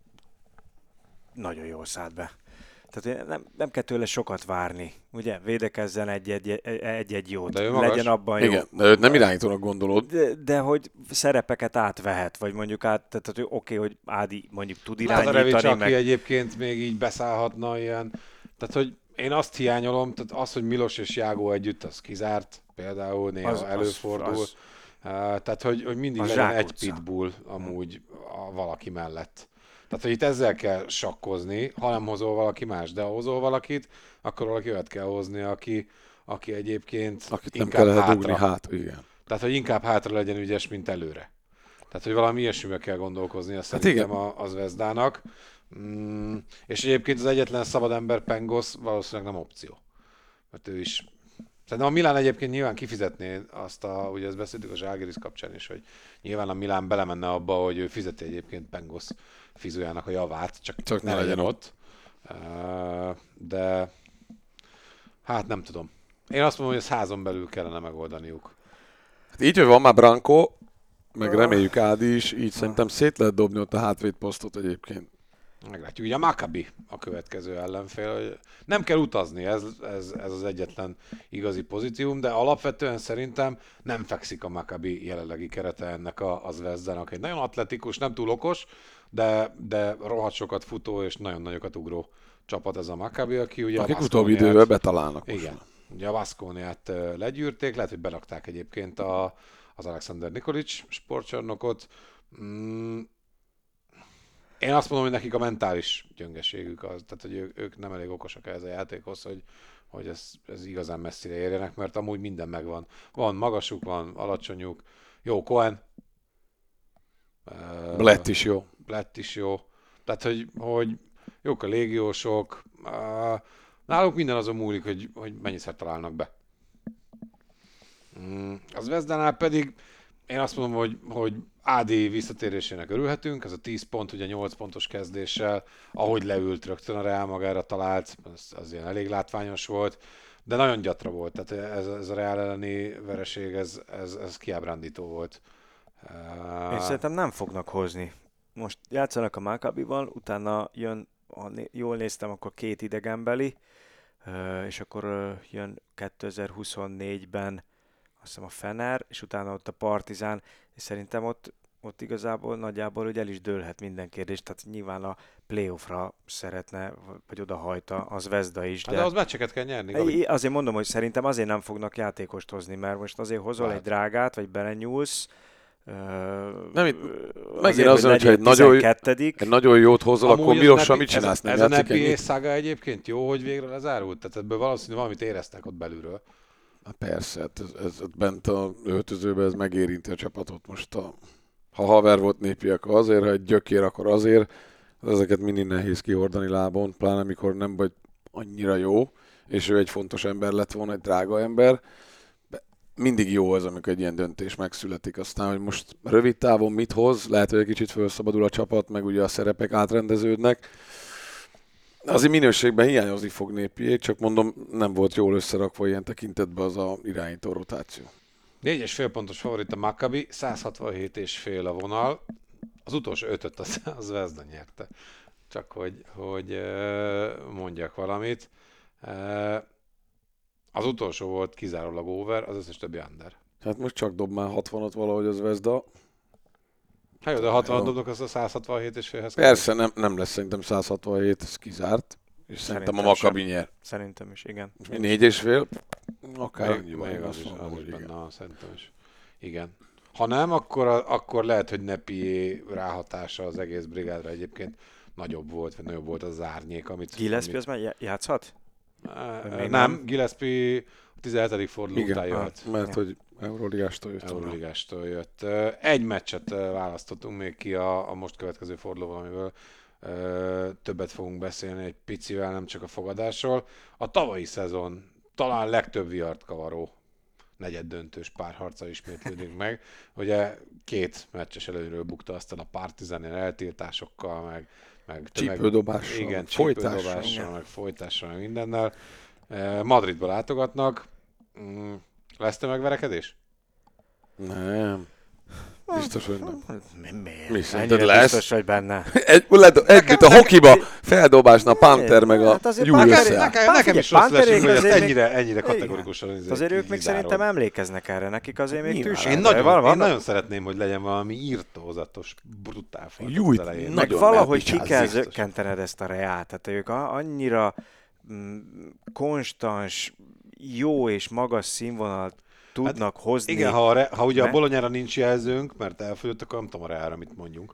Speaker 7: nagyon jól szállt be. Tehát nem, nem kell tőle sokat várni, ugye? Védekezzen egy-egy, egy-egy jót,
Speaker 6: De ő magas.
Speaker 7: legyen abban jó.
Speaker 8: Igen, de őt nem irányítónak gondolod.
Speaker 7: De, de hogy szerepeket átvehet, vagy mondjuk át, tehát hogy oké, okay, hogy Ádi mondjuk tud
Speaker 6: Lázarevics,
Speaker 7: irányítani,
Speaker 6: aki
Speaker 7: meg...
Speaker 6: egyébként még így beszállhatna ilyen. Tehát, hogy én azt hiányolom, tehát az, hogy Milos és Jágó együtt, az kizárt, például néha
Speaker 7: Az-
Speaker 6: az,
Speaker 7: az-
Speaker 6: előfordul. Az,
Speaker 7: az-
Speaker 6: uh, tehát, hogy, hogy mindig
Speaker 7: az
Speaker 6: legyen egy
Speaker 7: zsákutca.
Speaker 6: pitbull amúgy a valaki mellett. Tehát, hogy itt ezzel kell sakkozni, ha nem hozol valaki más, de ha hozol valakit, akkor valaki olyat kell hozni, aki, aki egyébként
Speaker 8: Akit nem
Speaker 6: inkább
Speaker 8: kell
Speaker 6: hátra.
Speaker 8: dugni, hát igen.
Speaker 6: Tehát, hogy inkább hátra legyen ügyes, mint előre. Tehát, hogy valami ilyesmibe kell gondolkozni, azt hát szerintem
Speaker 8: igen.
Speaker 6: a, az Zvezdának. Mm, és egyébként az egyetlen szabad ember Pengos valószínűleg nem opció. Mert ő is... Szerintem a Milán egyébként nyilván kifizetné azt a, ugye ezt beszéltük a Zsalgiris kapcsán is, hogy nyilván a Milán belemenne abba, hogy ő fizeti egyébként Pengos fizujának a javát, csak,
Speaker 8: Csak
Speaker 6: ne legyen ott. Uh, de hát nem tudom. Én azt mondom, hogy ezt házon belül kellene megoldaniuk.
Speaker 8: Hát így, hogy van már Branko, meg reméljük Ádi is, így szerintem szét lehet dobni ott a hátvéd posztot egyébként.
Speaker 6: Meglátjuk. Ugye a Maccabi a következő ellenfél. Hogy nem kell utazni, ez, ez, ez az egyetlen igazi pozícióm, de alapvetően szerintem nem fekszik a Maccabi jelenlegi kerete ennek a, a Zvezdának. Egy nagyon atletikus, nem túl okos, de, de rohadt sokat futó és nagyon nagyokat ugró csapat ez a Maccabi, aki ugye
Speaker 8: Akik
Speaker 6: a
Speaker 8: utóbbi
Speaker 6: Baskoniát-
Speaker 8: idővel betalálnak most.
Speaker 6: Igen. Ugye a Baskoniát ö, legyűrték, lehet, hogy berakták egyébként a, az Alexander Nikolic sportcsarnokot. Mm, én azt mondom, hogy nekik a mentális gyöngeségük az, tehát hogy ők, ők nem elég okosak ez a játékhoz, hogy, hogy ez, ez igazán messzire érjenek, mert amúgy minden megvan. Van magasuk, van alacsonyuk, jó Cohen. Ö,
Speaker 8: Blett is jó.
Speaker 6: Blett is jó. Tehát, hogy, hogy jók a légiósok. Uh, náluk minden azon múlik, hogy, hogy mennyiszer találnak be. Mm, az Zvezdánál pedig én azt mondom, hogy, hogy Ádi visszatérésének örülhetünk, ez a tíz pont, ugye nyolc pontos kezdéssel, ahogy leült rögtön a Real magára talált, az, az ilyen elég látványos volt, de nagyon gyatra volt, tehát ez, ez a Real elleni vereség, ez, ez, ez kiábrándító volt. Uh,
Speaker 7: Én szerintem nem fognak hozni. Most játszanak a Maccabival, utána jön, ha né- jól néztem, akkor két idegenbeli, ö, és akkor ö, jön kétezer-huszonnégyben azt hiszem a Fener, és utána ott a Partizán, és szerintem ott, ott igazából nagyjából hogy el is dőlhet minden kérdés, tehát nyilván a playoffra szeretne, vagy odahajta az Zvezda is.
Speaker 6: de, de az meccseket kell nyerni, Gabi.
Speaker 7: I- Azért mondom, hogy szerintem azért nem fognak játékost hozni, mert most azért hozol
Speaker 6: Lehet.
Speaker 7: egy drágát, vagy belenyúlsz,
Speaker 8: Nem, megint az, hogyha egy nagyon, egy nagyon jót hozol,
Speaker 6: Amúgy
Speaker 8: akkor Milossal mit csinálsz?
Speaker 6: Ez, ez a Nepi szága egyébként jó, hogy végre lezárult? Tehát ebből valószínűleg valamit éreztek ott belülről.
Speaker 8: Na persze, hát ez, ez bent a öltözőben ez megérinti a csapatot most. A, ha haver volt Népi, akkor azért, ha egy gyökér, akkor azért. Ezeket mindig nehéz kihordani lábon, pláne amikor nem vagy annyira jó, és ő egy fontos ember lett volna, egy drága ember. Mindig jó az, amikor egy ilyen döntés megszületik. Aztán, hogy most rövid távon mit hoz, lehet, hogy egy kicsit felszabadul a csapat, meg ugye a szerepek átrendeződnek. Azért minőségben hiányozni fog Népié, csak mondom, nem volt jól összerakva ilyen tekintetben az a irányító rotáció.
Speaker 6: négy és fél pontos favorit a Maccabi, száz hatvanhét és fél a vonal. Az utolsó ötöt az, az Vezda nyerte. Csak hogy, hogy mondjak valamit. Az utolsó volt kizárólag over, az összes többi under.
Speaker 8: Hát most csak dob már hatvanat valahogy az Vezda.
Speaker 6: Hát jó, de hatvanat dobnak az a száz hatvanhét és félhez.
Speaker 8: Persze, nem, nem lesz szerintem száz hatvanhét, ez kizárt. És szerintem, szerintem a Maccabi nyer.
Speaker 7: Szerintem is, igen.
Speaker 8: Négy és fél? Akár
Speaker 6: még,
Speaker 8: annyiban.
Speaker 6: Még az, is, az is benne van, szerintem is. Igen. Ha nem, akkor, akkor lehet, hogy Nepié ráhatása az egész brigádra egyébként nagyobb volt, vagy nagyobb volt az árnyék, amit...
Speaker 7: Gillespie az már játszhat?
Speaker 6: Nem, nem. Gillespie a tizenhetedik forduló után jött.
Speaker 8: Mert hogy Euroligástól jött.
Speaker 6: Euroligástól jött. Egy meccset választottunk még ki a, a most következő fordulóval, amivel ö, többet fogunk beszélni egy picivel, nem csak a fogadásról. A tavalyi szezon talán legtöbb vihart kavaró negyeddöntős párharca ismétlődik meg. Ugye két meccses előnyről bukta aztán a Partizan eltiltásokkal, meg, meg
Speaker 8: csípődobással,
Speaker 6: igen, csípődobással, meg folytással, meg mindennel. Madridba látogatnak. Lesz-e megverekedés?
Speaker 8: Nem. Biztos, hogy nem.
Speaker 7: Miért?
Speaker 8: Mi szerinted lesz?
Speaker 7: Biztos, hogy benne.
Speaker 8: Egy, egy mint a hokiba feldobásna a Panther meg a
Speaker 7: hát
Speaker 8: Gyúj össze.
Speaker 6: Nekem, nekem is rossz lesz, hogy ezt ennyire, ennyire kategorikusan
Speaker 7: azért, azért ők még szerintem emlékeznek erre, nekik azért még tűség.
Speaker 6: Én, nagyon, én nagyon szeretném, hogy legyen valami írtózatos, brutál fajta
Speaker 8: Gyújt,
Speaker 6: az elején.
Speaker 7: Meg valahogy ki kell zökkentened ezt a Reált. Tehát ők annyira mm, konstans, jó és magas színvonalt tudnak hát, hozni.
Speaker 6: Igen, ha, a re, ha ugye ne? a Bolonyára nincs jelzőnk, mert elfogyott, akkor nem tudom a Reára mit mondjunk.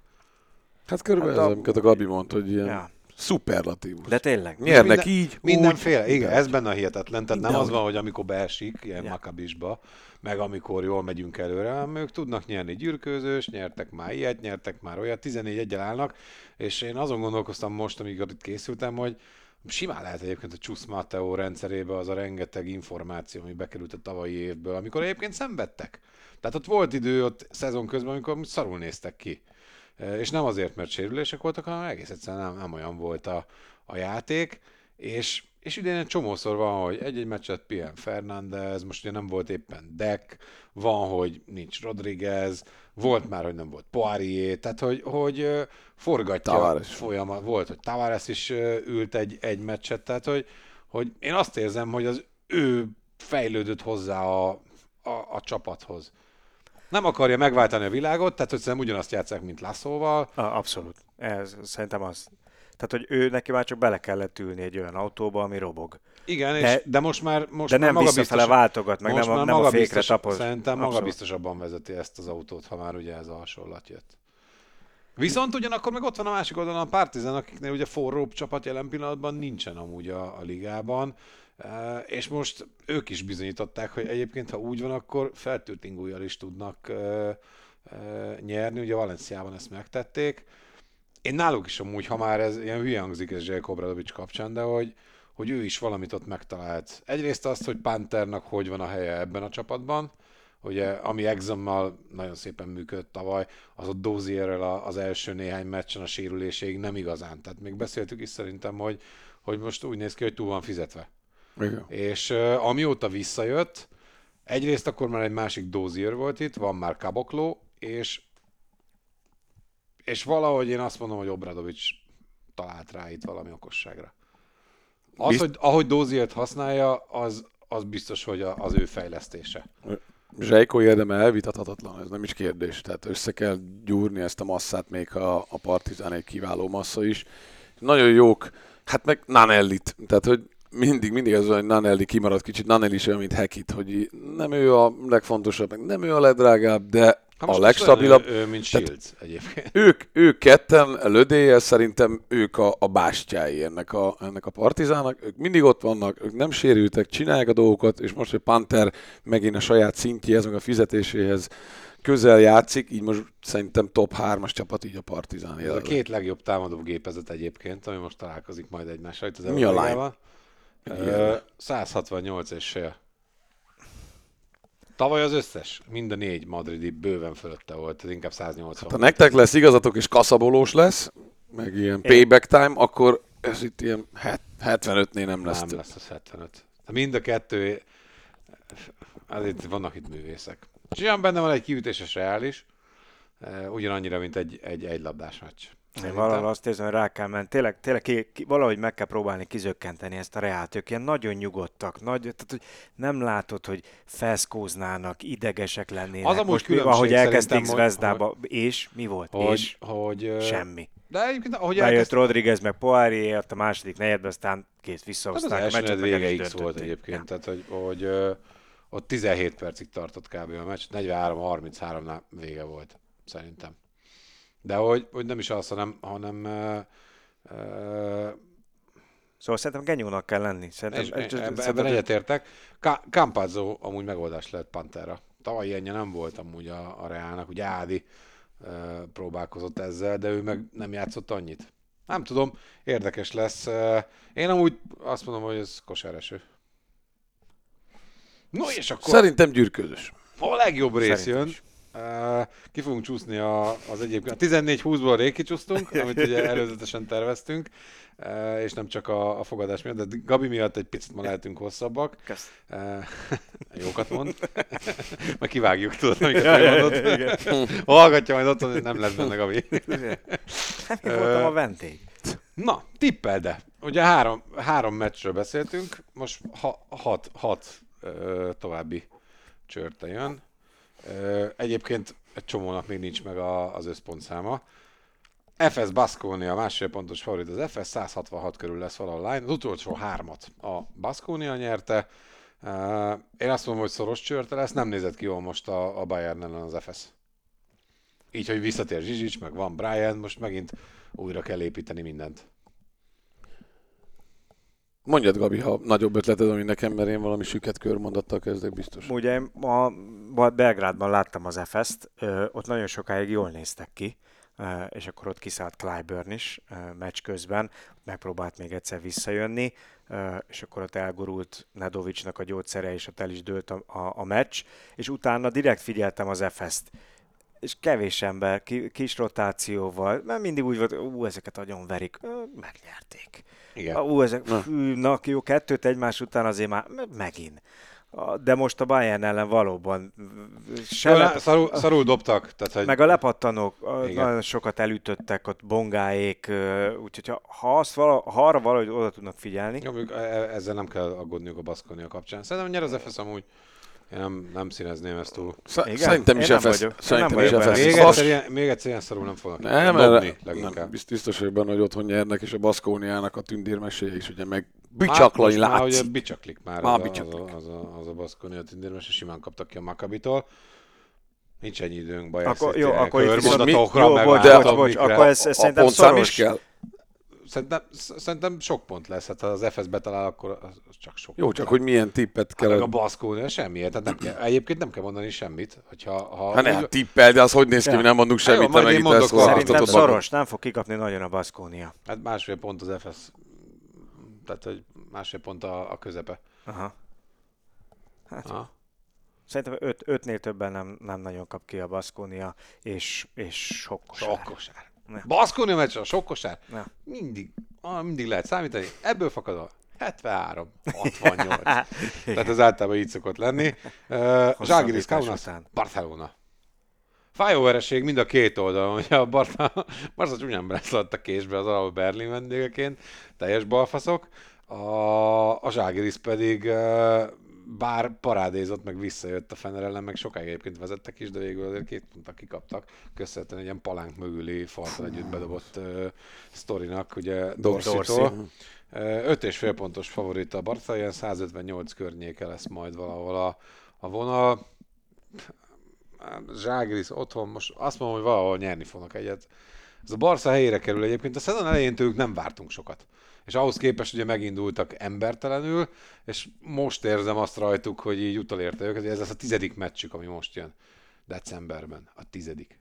Speaker 8: Hát körülbelül hát ez, amiket a Gabi mondta, hogy ilyen ja. szuperlatívus.
Speaker 7: De tényleg.
Speaker 8: Nyernek
Speaker 6: minden,
Speaker 8: így,
Speaker 6: mindenféle,
Speaker 8: úgy.
Speaker 6: Igen, ez benne a hihetetlen. Tehát
Speaker 8: minden
Speaker 6: nem az van, hogy amikor beesik, ilyen ja. Maccabisba, meg amikor jól megyünk előre, hanem ők tudnak nyerni gyűrkőzős, nyertek már ilyet, nyertek már olyat, tizennégy egyel állnak, és én azon gondolkoztam most, amíg itt készültem, hogy simán lehet egyébként a Csusz Matteo rendszerébe az a rengeteg információ, ami bekerült a tavalyi évből, amikor egyébként szenvedtek. Tehát ott volt idő ott szezon közben, amikor szarul néztek ki. És nem azért, mert sérülések voltak, hanem egész egyszerűen nem, nem olyan volt a, a játék. És, és idén egy csomószor van, hogy egy-egy meccset Pien Fernández, most ugye nem volt éppen Deck, van, hogy nincs Rodriguez, volt már, hogy nem volt Poirier, tehát hogy, hogy forgatja folyamat. Volt, hogy Tavares is ült egy, egy meccset, tehát hogy, hogy én azt érzem, hogy az ő fejlődött hozzá a, a, a csapathoz. Nem akarja megváltani a világot, tehát hogy szerintem ugyanazt játsszák, mint Lasszóval.
Speaker 7: Abszolút. Ez szerintem az. Tehát, hogy ő neki már csak bele kellett ülni egy olyan autóba, ami robog.
Speaker 6: Igen, de, és, de most már most
Speaker 7: de
Speaker 6: már
Speaker 7: nem visszafele váltogat, meg nem a, nem a fékre tapoz.
Speaker 6: Szerintem magabiztosabban vezeti ezt az autót, ha már ugye ez a hasonlat jött. Viszont ugyanakkor meg ott van a másik oldalon a Partizan, akiknél ugye forróbb csapat jelen pillanatban nincsen amúgy a, a ligában, e, és most ők is bizonyították, hogy egyébként ha úgy van, akkor feltöltingújjal is tudnak e, e, nyerni, ugye Valenciában ezt megtették. Én náluk is amúgy, ha már ez ilyen hülye hangzik ez Željko Obradović kapcsán, de hogy, hogy ő is valamit ott megtalált. Egyrészt azt, hogy Panthernak hogy van a helye ebben a csapatban, ugye, ami Exummal nagyon szépen működött tavaly, az ott Dozierrel az első néhány meccsen a sérüléséig nem igazán. Tehát még beszéltük is szerintem, hogy, hogy most úgy néz ki, hogy túl van fizetve. Igen. És uh, amióta visszajött, egyrészt akkor már egy másik Dozier volt itt, van már Caboclo, és és valahogy én azt mondom, hogy Obradović talált rá itt valami okosságra. Az, Bizt... hogy ahogy Doziert használja, az, az biztos, hogy a, az ő fejlesztése.
Speaker 8: Željko érdeme elvitathatatlan, ez nem is kérdés. Tehát össze kell gyúrni ezt a masszát, még ha a Partizan egy kiváló massza is. Nagyon jók, hát meg Nanellit. Tehát, hogy mindig, mindig ez olyan, hogy Nanelli kimarad kicsit. Nanelli is olyan, mint Hekit, hogy nem ő a legfontosabb, meg nem ő a legdrágább, de a legstabilabb.
Speaker 6: Ő, ő, mint Shields egyébként.
Speaker 8: Ők, ők ketten, Lödélyel szerintem ők a, a bástyái ennek a, ennek a Partizának. Ők mindig ott vannak, ők nem sérültek, csinálják a dolgokat, és most, hogy Panther megint a saját szintjéhez, meg a fizetéséhez közel játszik, így most szerintem top hármas csapat így a Partizán.
Speaker 6: Ez a két legjobb támadó gépezet egyébként, ami most találkozik majd egymással itt az
Speaker 8: Mi a line?
Speaker 6: Uh, száz hatvannyolc és fél. Tavaly az összes, mind a négy madridi bőven fölötte volt, ez inkább száz nyolcvan.
Speaker 8: Ha nektek lesz igazatok és kaszabolós lesz, meg ilyen payback time, akkor ez itt ilyen hetvenötnél nem lesz.
Speaker 6: Nem lesz az hetvenöt. Mind a kettő, azért vannak itt művészek. És olyan benne van egy kiütéses reális, ugyanannyira, mint egy, egy egylabdás meccs.
Speaker 7: Én valahol azt érzem, hogy rá kell menni. Tényleg, tényleg ki, ki, valahogy meg kell próbálni kizökkenteni ezt a Reált. Ők ilyen nagyon nyugodtak, nagy, tehát hogy nem látod, hogy feszkóznának, idegesek lennének.
Speaker 6: Az amúgy
Speaker 7: most mi,
Speaker 6: különbség
Speaker 7: ahogy elkezdték
Speaker 6: szerintem,
Speaker 7: Zvezdába,
Speaker 6: hogy-
Speaker 7: és mi volt?
Speaker 6: Hogy,
Speaker 7: és
Speaker 6: hogy,
Speaker 7: semmi.
Speaker 6: De egyébként, ahogy
Speaker 7: Bejött
Speaker 6: elkezd...
Speaker 7: Rodriguez meg Poirier a második negyedben, aztán kész
Speaker 6: Hát
Speaker 7: visszahozták
Speaker 6: az
Speaker 7: a
Speaker 6: első
Speaker 7: meccset,
Speaker 6: negyed
Speaker 7: meg el
Speaker 6: vége
Speaker 7: is
Speaker 6: X volt
Speaker 7: döntötték.
Speaker 6: egyébként, tehát hogy, hogy ö, ott tizenhét percig tartott kb. A meccs, negyvenhárom harminchárom vége volt, szerintem. De hogy, hogy nem is az, hanem, hanem ö, ö,
Speaker 7: Szóval szerintem genyónak kell lenni. Szerintem,
Speaker 6: és,
Speaker 7: ez- ez-
Speaker 6: ebben,
Speaker 7: szerintem-
Speaker 6: ebben egyetértek. Ka- Campazzo amúgy megoldás lehet Pantherra. Tavaly ilyenje nem volt amúgy a, a Reálnak, ugye Ádi ö, próbálkozott ezzel, de ő meg nem játszott annyit. Nem tudom, érdekes lesz. Ö, Én amúgy azt mondom, hogy ez kosáreső. No és akkor
Speaker 8: Szerintem gyűrközös.
Speaker 6: a legjobb rész
Speaker 7: Szerintem
Speaker 6: jön.
Speaker 7: is.
Speaker 6: Uh, ki fogunk csúszni a, az egyébként. A tizennégy húszból rég kicsúsztunk, amit ugye előzetesen terveztünk, uh, és nem csak a, a fogadás miatt, de Gabi miatt egy picit ma lehetünk hosszabbak.
Speaker 7: Kösz.
Speaker 6: Uh, jókat mond. Majd kivágjuk, tudod, amiket megmondott. Hallgatja majd otthon, hogy nem lesz benne Gabi.
Speaker 7: Hát én voltam a vendég.
Speaker 6: Na, tippel, de. Ugye három, három meccsről beszéltünk, most ha, hat, hat ö, további csörte jön. Ö, egyébként egy csomónak még nincs meg a, az összpontszáma. ef es Baskonia, másfél pontos favorit az ef es, száz hatvanhat körül lesz valahol line. Az utolsó hármat a Baskonia nyerte. Ö, én azt mondom, hogy szoros csörte lesz, nem nézett ki jól most a, a Bayern ellen az ef es. Így, hogy visszatér Zsizsics, meg van Brian, most megint újra kell építeni mindent.
Speaker 8: Mondjad, Gabi, ha nagyobb ötleted, ami nekem, mert én valami süket körmondattal kezdek biztos.
Speaker 7: Ugye én ma ma Belgrádban láttam az ef es-t, ö, ott nagyon sokáig jól néztek ki, ö, és akkor ott kiszállt Clyburn is ö, meccs közben, megpróbált még egyszer visszajönni, ö, és akkor ott elgurult Nedovicsnak a gyógyszere, és ott el is dőlt a, a, a meccs, és utána direkt figyeltem az ef es-t, és kevés ember, ki, kis rotációval, mert mindig úgy volt, ú, ezeket nagyon verik, ö, megnyerték.
Speaker 6: Igen.
Speaker 7: Ú, ezek, fű, na jó, kettőt egymás után azért már me- megint. A- De most a Bayern ellen valóban se
Speaker 6: Jó,
Speaker 7: lep-
Speaker 6: szarul, szarul dobtak. Tehát, hogy
Speaker 7: meg a lepattanók a-
Speaker 6: Igen.
Speaker 7: nagyon sokat elütöttek, ott bongáék, ö, úgyhogy ha, ha, azt vala, ha arra valahogy oda tudnak figyelni,
Speaker 6: jó, mondjuk, e- ezzel nem kell aggódniuk a Baskonia kapcsán. Szerintem nyer az ef es amúgy. Én nem, nem színezném ezt túl.
Speaker 8: Sz-
Speaker 7: Igen?
Speaker 8: Szerintem is
Speaker 7: Én nem
Speaker 8: ef es.
Speaker 7: vagyok. Én
Speaker 8: Szerintem
Speaker 7: nem
Speaker 8: is
Speaker 7: vagyok
Speaker 8: ef es.
Speaker 7: benne.
Speaker 6: Még
Speaker 8: Szas-
Speaker 6: egyszer, ilyen, még egyszer ilyen szarul nem fognak
Speaker 8: Nem,
Speaker 6: dobni,
Speaker 8: erre,
Speaker 6: leginkább.
Speaker 8: nem, bizt- biztos vagyok benne, hogy otthon nyernek, és a Baszkóniának a tündérmeséje is ugye meg
Speaker 6: Már-
Speaker 8: bicsaklani
Speaker 6: most már ugye
Speaker 8: látszik.
Speaker 6: bicsaklik már,
Speaker 8: Már
Speaker 6: az, a,
Speaker 8: bicsaklik.
Speaker 6: az, a, az, a, az a Baskonia tündérmes, és simán kaptak ki a Makabitól. Nincs ennyi időnk, Bajer
Speaker 7: Akkor- jó,
Speaker 6: City-nek
Speaker 7: akkor itt viszont
Speaker 6: körmondatokra,
Speaker 7: mi-
Speaker 6: meg
Speaker 7: jó, bocs,
Speaker 6: választom,
Speaker 7: bocs, bocs,
Speaker 6: mikre.
Speaker 7: akkor ez- ez
Speaker 8: A
Speaker 7: szerintem
Speaker 8: pontszám
Speaker 7: szoros.
Speaker 8: is kell.
Speaker 6: Szerintem, szerintem sok pont lesz, hát ha az ef es betalál, akkor az az csak sok
Speaker 8: Jó,
Speaker 6: pont
Speaker 8: csak
Speaker 6: lesz.
Speaker 8: hogy milyen tippet
Speaker 6: Hát
Speaker 8: kell.
Speaker 6: meg a Baskonia semmiért, tehát nem kell, egyébként nem kell mondani semmit, hogyha... Ha
Speaker 8: Hát ne, hát tippel, de az hogy néz ki,
Speaker 7: Ja.
Speaker 8: hogy nem mondunk
Speaker 6: Hát jó,
Speaker 8: semmit, te
Speaker 6: majd
Speaker 8: meg
Speaker 6: én
Speaker 8: itt
Speaker 6: mondok
Speaker 8: ezt
Speaker 6: valamit.
Speaker 7: szerintem
Speaker 8: választatod magad.
Speaker 7: szoros, nem fog kikapni nagyon a Baskonia.
Speaker 6: Hát másfél pont az ef es, tehát hogy másfél pont a, a közepe.
Speaker 7: Aha. Hát
Speaker 6: Aha.
Speaker 7: szerintem öt, ötnél többen nem, nem nagyon kap ki a Baskonia, és, és sok kosár.
Speaker 6: Sok kosár.
Speaker 7: Ne.
Speaker 6: Baskonia meccs a sok kosár.
Speaker 7: Ne.
Speaker 6: Mindig, ah, mindig lehet számítani. Ebből fakad a hetvenhárom hatvannyolc. Tehát ez általában így szokott lenni. Uh, Zságiris Kaunas,
Speaker 7: után.
Speaker 6: Barcelona. Fájó vereség mind a két oldalon. Ugye a Barca, Barca csúnyán beleszaladt a késbe az Alba Berlin vendégeként. Teljes balfaszok. A, a Zságiris pedig uh, bár parádézott, meg visszajött a Fener ellen, meg sokáig egyébként vezettek is, de végül azért két pontot kikaptak. Köszönhetően egy ilyen palánk mögüli faltal együtt bedobott uh, sztorinak, ugye Dorsey-tól. Uh, öt és fél pontos favorit a Barca, ilyen száz ötvennyolc környéke lesz majd valahol a, a vonal. Zságiris otthon, most azt mondom, hogy valahol nyerni fognak egyet. Ez a Barca helyére kerül egyébként, a szezon elején tőlük nem vártunk sokat. És ahhoz képest ugye megindultak embertelenül, és most érzem azt rajtuk, hogy így utolérte őket, hogy ez lesz a tizedik meccsük, ami most jön decemberben. A tizedik.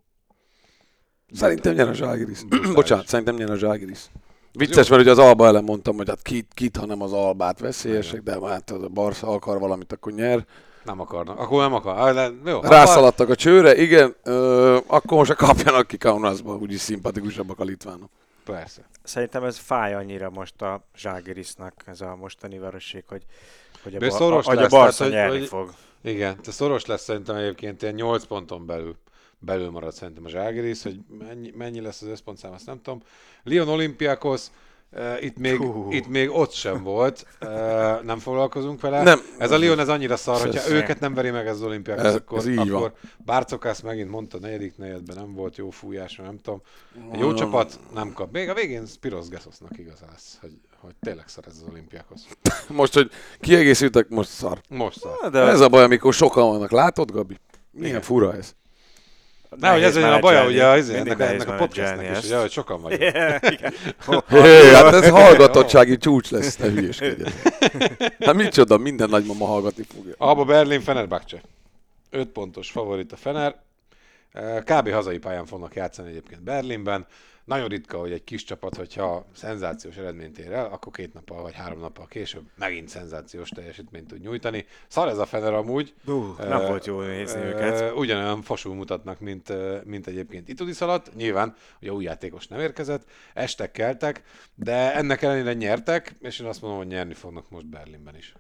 Speaker 8: Szerintem nyer a Zságiris. Bocsánat, szerintem nyer a Zságiris. Vicces, mert ugye az Alba ellen mondtam, hogy hát kit, kit ha nem az Albát veszélyesek, de hát a Barca akar valamit, akkor nyer.
Speaker 6: Nem akarnak. Akkor nem akar. Ah, jó,
Speaker 8: rászaladtak a csőre, igen, ö, akkor most kapjanak ki Kaunasba, úgyis szimpatikusabbak a litvánok.
Speaker 6: Persze.
Speaker 7: Szerintem ez fáj annyira most a Zságirisnak, ez a mostani vereség, hogy, hogy a,
Speaker 6: Ba-
Speaker 7: a,
Speaker 6: hogy
Speaker 7: a Barca
Speaker 6: hogy,
Speaker 7: nyerni
Speaker 6: hogy,
Speaker 7: fog.
Speaker 6: Igen, de szoros lesz szerintem egyébként ilyen nyolc ponton belül. Belül marad szerintem a Zságiris, hogy mennyi, mennyi lesz az összpontszám, azt nem tudom. Lyon Olympiakos, uh, itt, még, itt még ott sem volt, uh, nem foglalkozunk vele.
Speaker 8: Nem.
Speaker 6: Ez a Lyon ez annyira szar,
Speaker 8: Ez-
Speaker 6: hogyha
Speaker 8: ez-
Speaker 6: őket nem veri meg ez az Olympiakos,
Speaker 8: Ez-
Speaker 6: akkor,
Speaker 8: ez így
Speaker 6: akkor
Speaker 8: van.
Speaker 6: Bárcokász megint mondta, negyedik negyedben nem volt jó fújás, nem tudom. Egy jó csapat nem kap. Még a végén Spiros Gasosznak igaz lesz, hogy, hogy tényleg szar ez az Olympiakos.
Speaker 8: Most, hogy kiegészültek, most szar.
Speaker 6: Most szar.
Speaker 7: De
Speaker 8: Ez a baj, amikor sokan vannak. Látod, Gabi? Milyen
Speaker 6: Igen.
Speaker 8: fura ez.
Speaker 6: Nehogy ez legyen a baja, ugye, az,
Speaker 7: mindig
Speaker 6: ennek,
Speaker 7: nehéz
Speaker 6: ennek a
Speaker 7: menedzselni
Speaker 6: podcastnek is,
Speaker 7: ezt.
Speaker 6: ugye, hogy sokan vagyunk.
Speaker 7: Igen.
Speaker 8: Hé, hát ez hallgatottsági csúcs lesz, ne hülyeskedjen. Hát micsoda, minden nagymama hallgatni fogja.
Speaker 6: Alba Berlin, Fenerbahce. öt pontos favorit a Fener. Kb. Hazai pályán fognak játszani egyébként Berlinben. Nagyon ritka, hogy egy kis csapat, hogyha szenzációs eredményt ér el, akkor két nappal vagy három nappal később megint szenzációs teljesítményt tud nyújtani. Szar ez a Fener amúgy.
Speaker 7: Bú, nem
Speaker 6: Ö,
Speaker 7: volt jó nézni
Speaker 6: ö,
Speaker 7: őket.
Speaker 6: Ugyanolyan fasul mutatnak, mint, ö, mint egyébként Itudis alatt. Nyilván, ugye új játékos nem érkezett, estek, keltek, de ennek ellenére nyertek, és én azt mondom, hogy nyerni fognak most Berlinben is.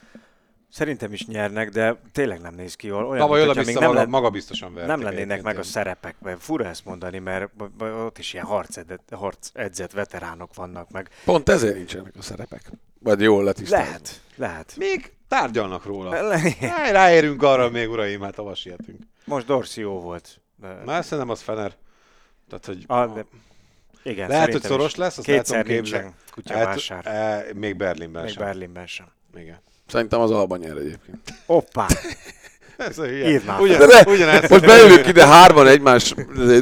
Speaker 7: Szerintem is nyernek, de tényleg nem néz ki jól. Olyan,
Speaker 6: Tavaly
Speaker 7: mint hogyha
Speaker 6: oda-vissza
Speaker 7: még nem,
Speaker 6: maga,
Speaker 7: lett,
Speaker 6: maga biztosan verték.
Speaker 7: nem lennének
Speaker 6: egyébként
Speaker 7: meg a
Speaker 6: ilyen.
Speaker 7: szerepekben. Fura ezt mondani, mert b- b- ott is ilyen harcedzett, harcedzett veteránok vannak meg.
Speaker 8: Pont ezért nincsenek a szerepek. Vagy jól letisztázva.
Speaker 7: Lehet, lehet.
Speaker 6: Még tárgyalnak róla.
Speaker 7: Le-
Speaker 6: Háj, ráérünk arra még, uraim, hát hova sietünk.
Speaker 7: Most Dorsi jó volt. De-
Speaker 6: Már szerintem az Fener. Tehát, hogy
Speaker 7: A, de, igen,
Speaker 6: lehet, hogy
Speaker 7: szerintem
Speaker 6: szoros
Speaker 7: is.
Speaker 6: lesz, azt el tudom
Speaker 7: Kétszer
Speaker 6: képzelni.
Speaker 7: nincsen kutyavásár.
Speaker 6: Hát, e, még Berlinben
Speaker 7: Még
Speaker 6: sem.
Speaker 7: Berlinben sem.
Speaker 6: Igen.
Speaker 8: Szerintem az Alba nyer egyébként.
Speaker 7: Hoppá!
Speaker 6: Ez a hülye.
Speaker 7: Írd már
Speaker 6: Ugyan,
Speaker 8: De ne,
Speaker 6: ugyanezt
Speaker 8: most beülünk ide hárman egymás,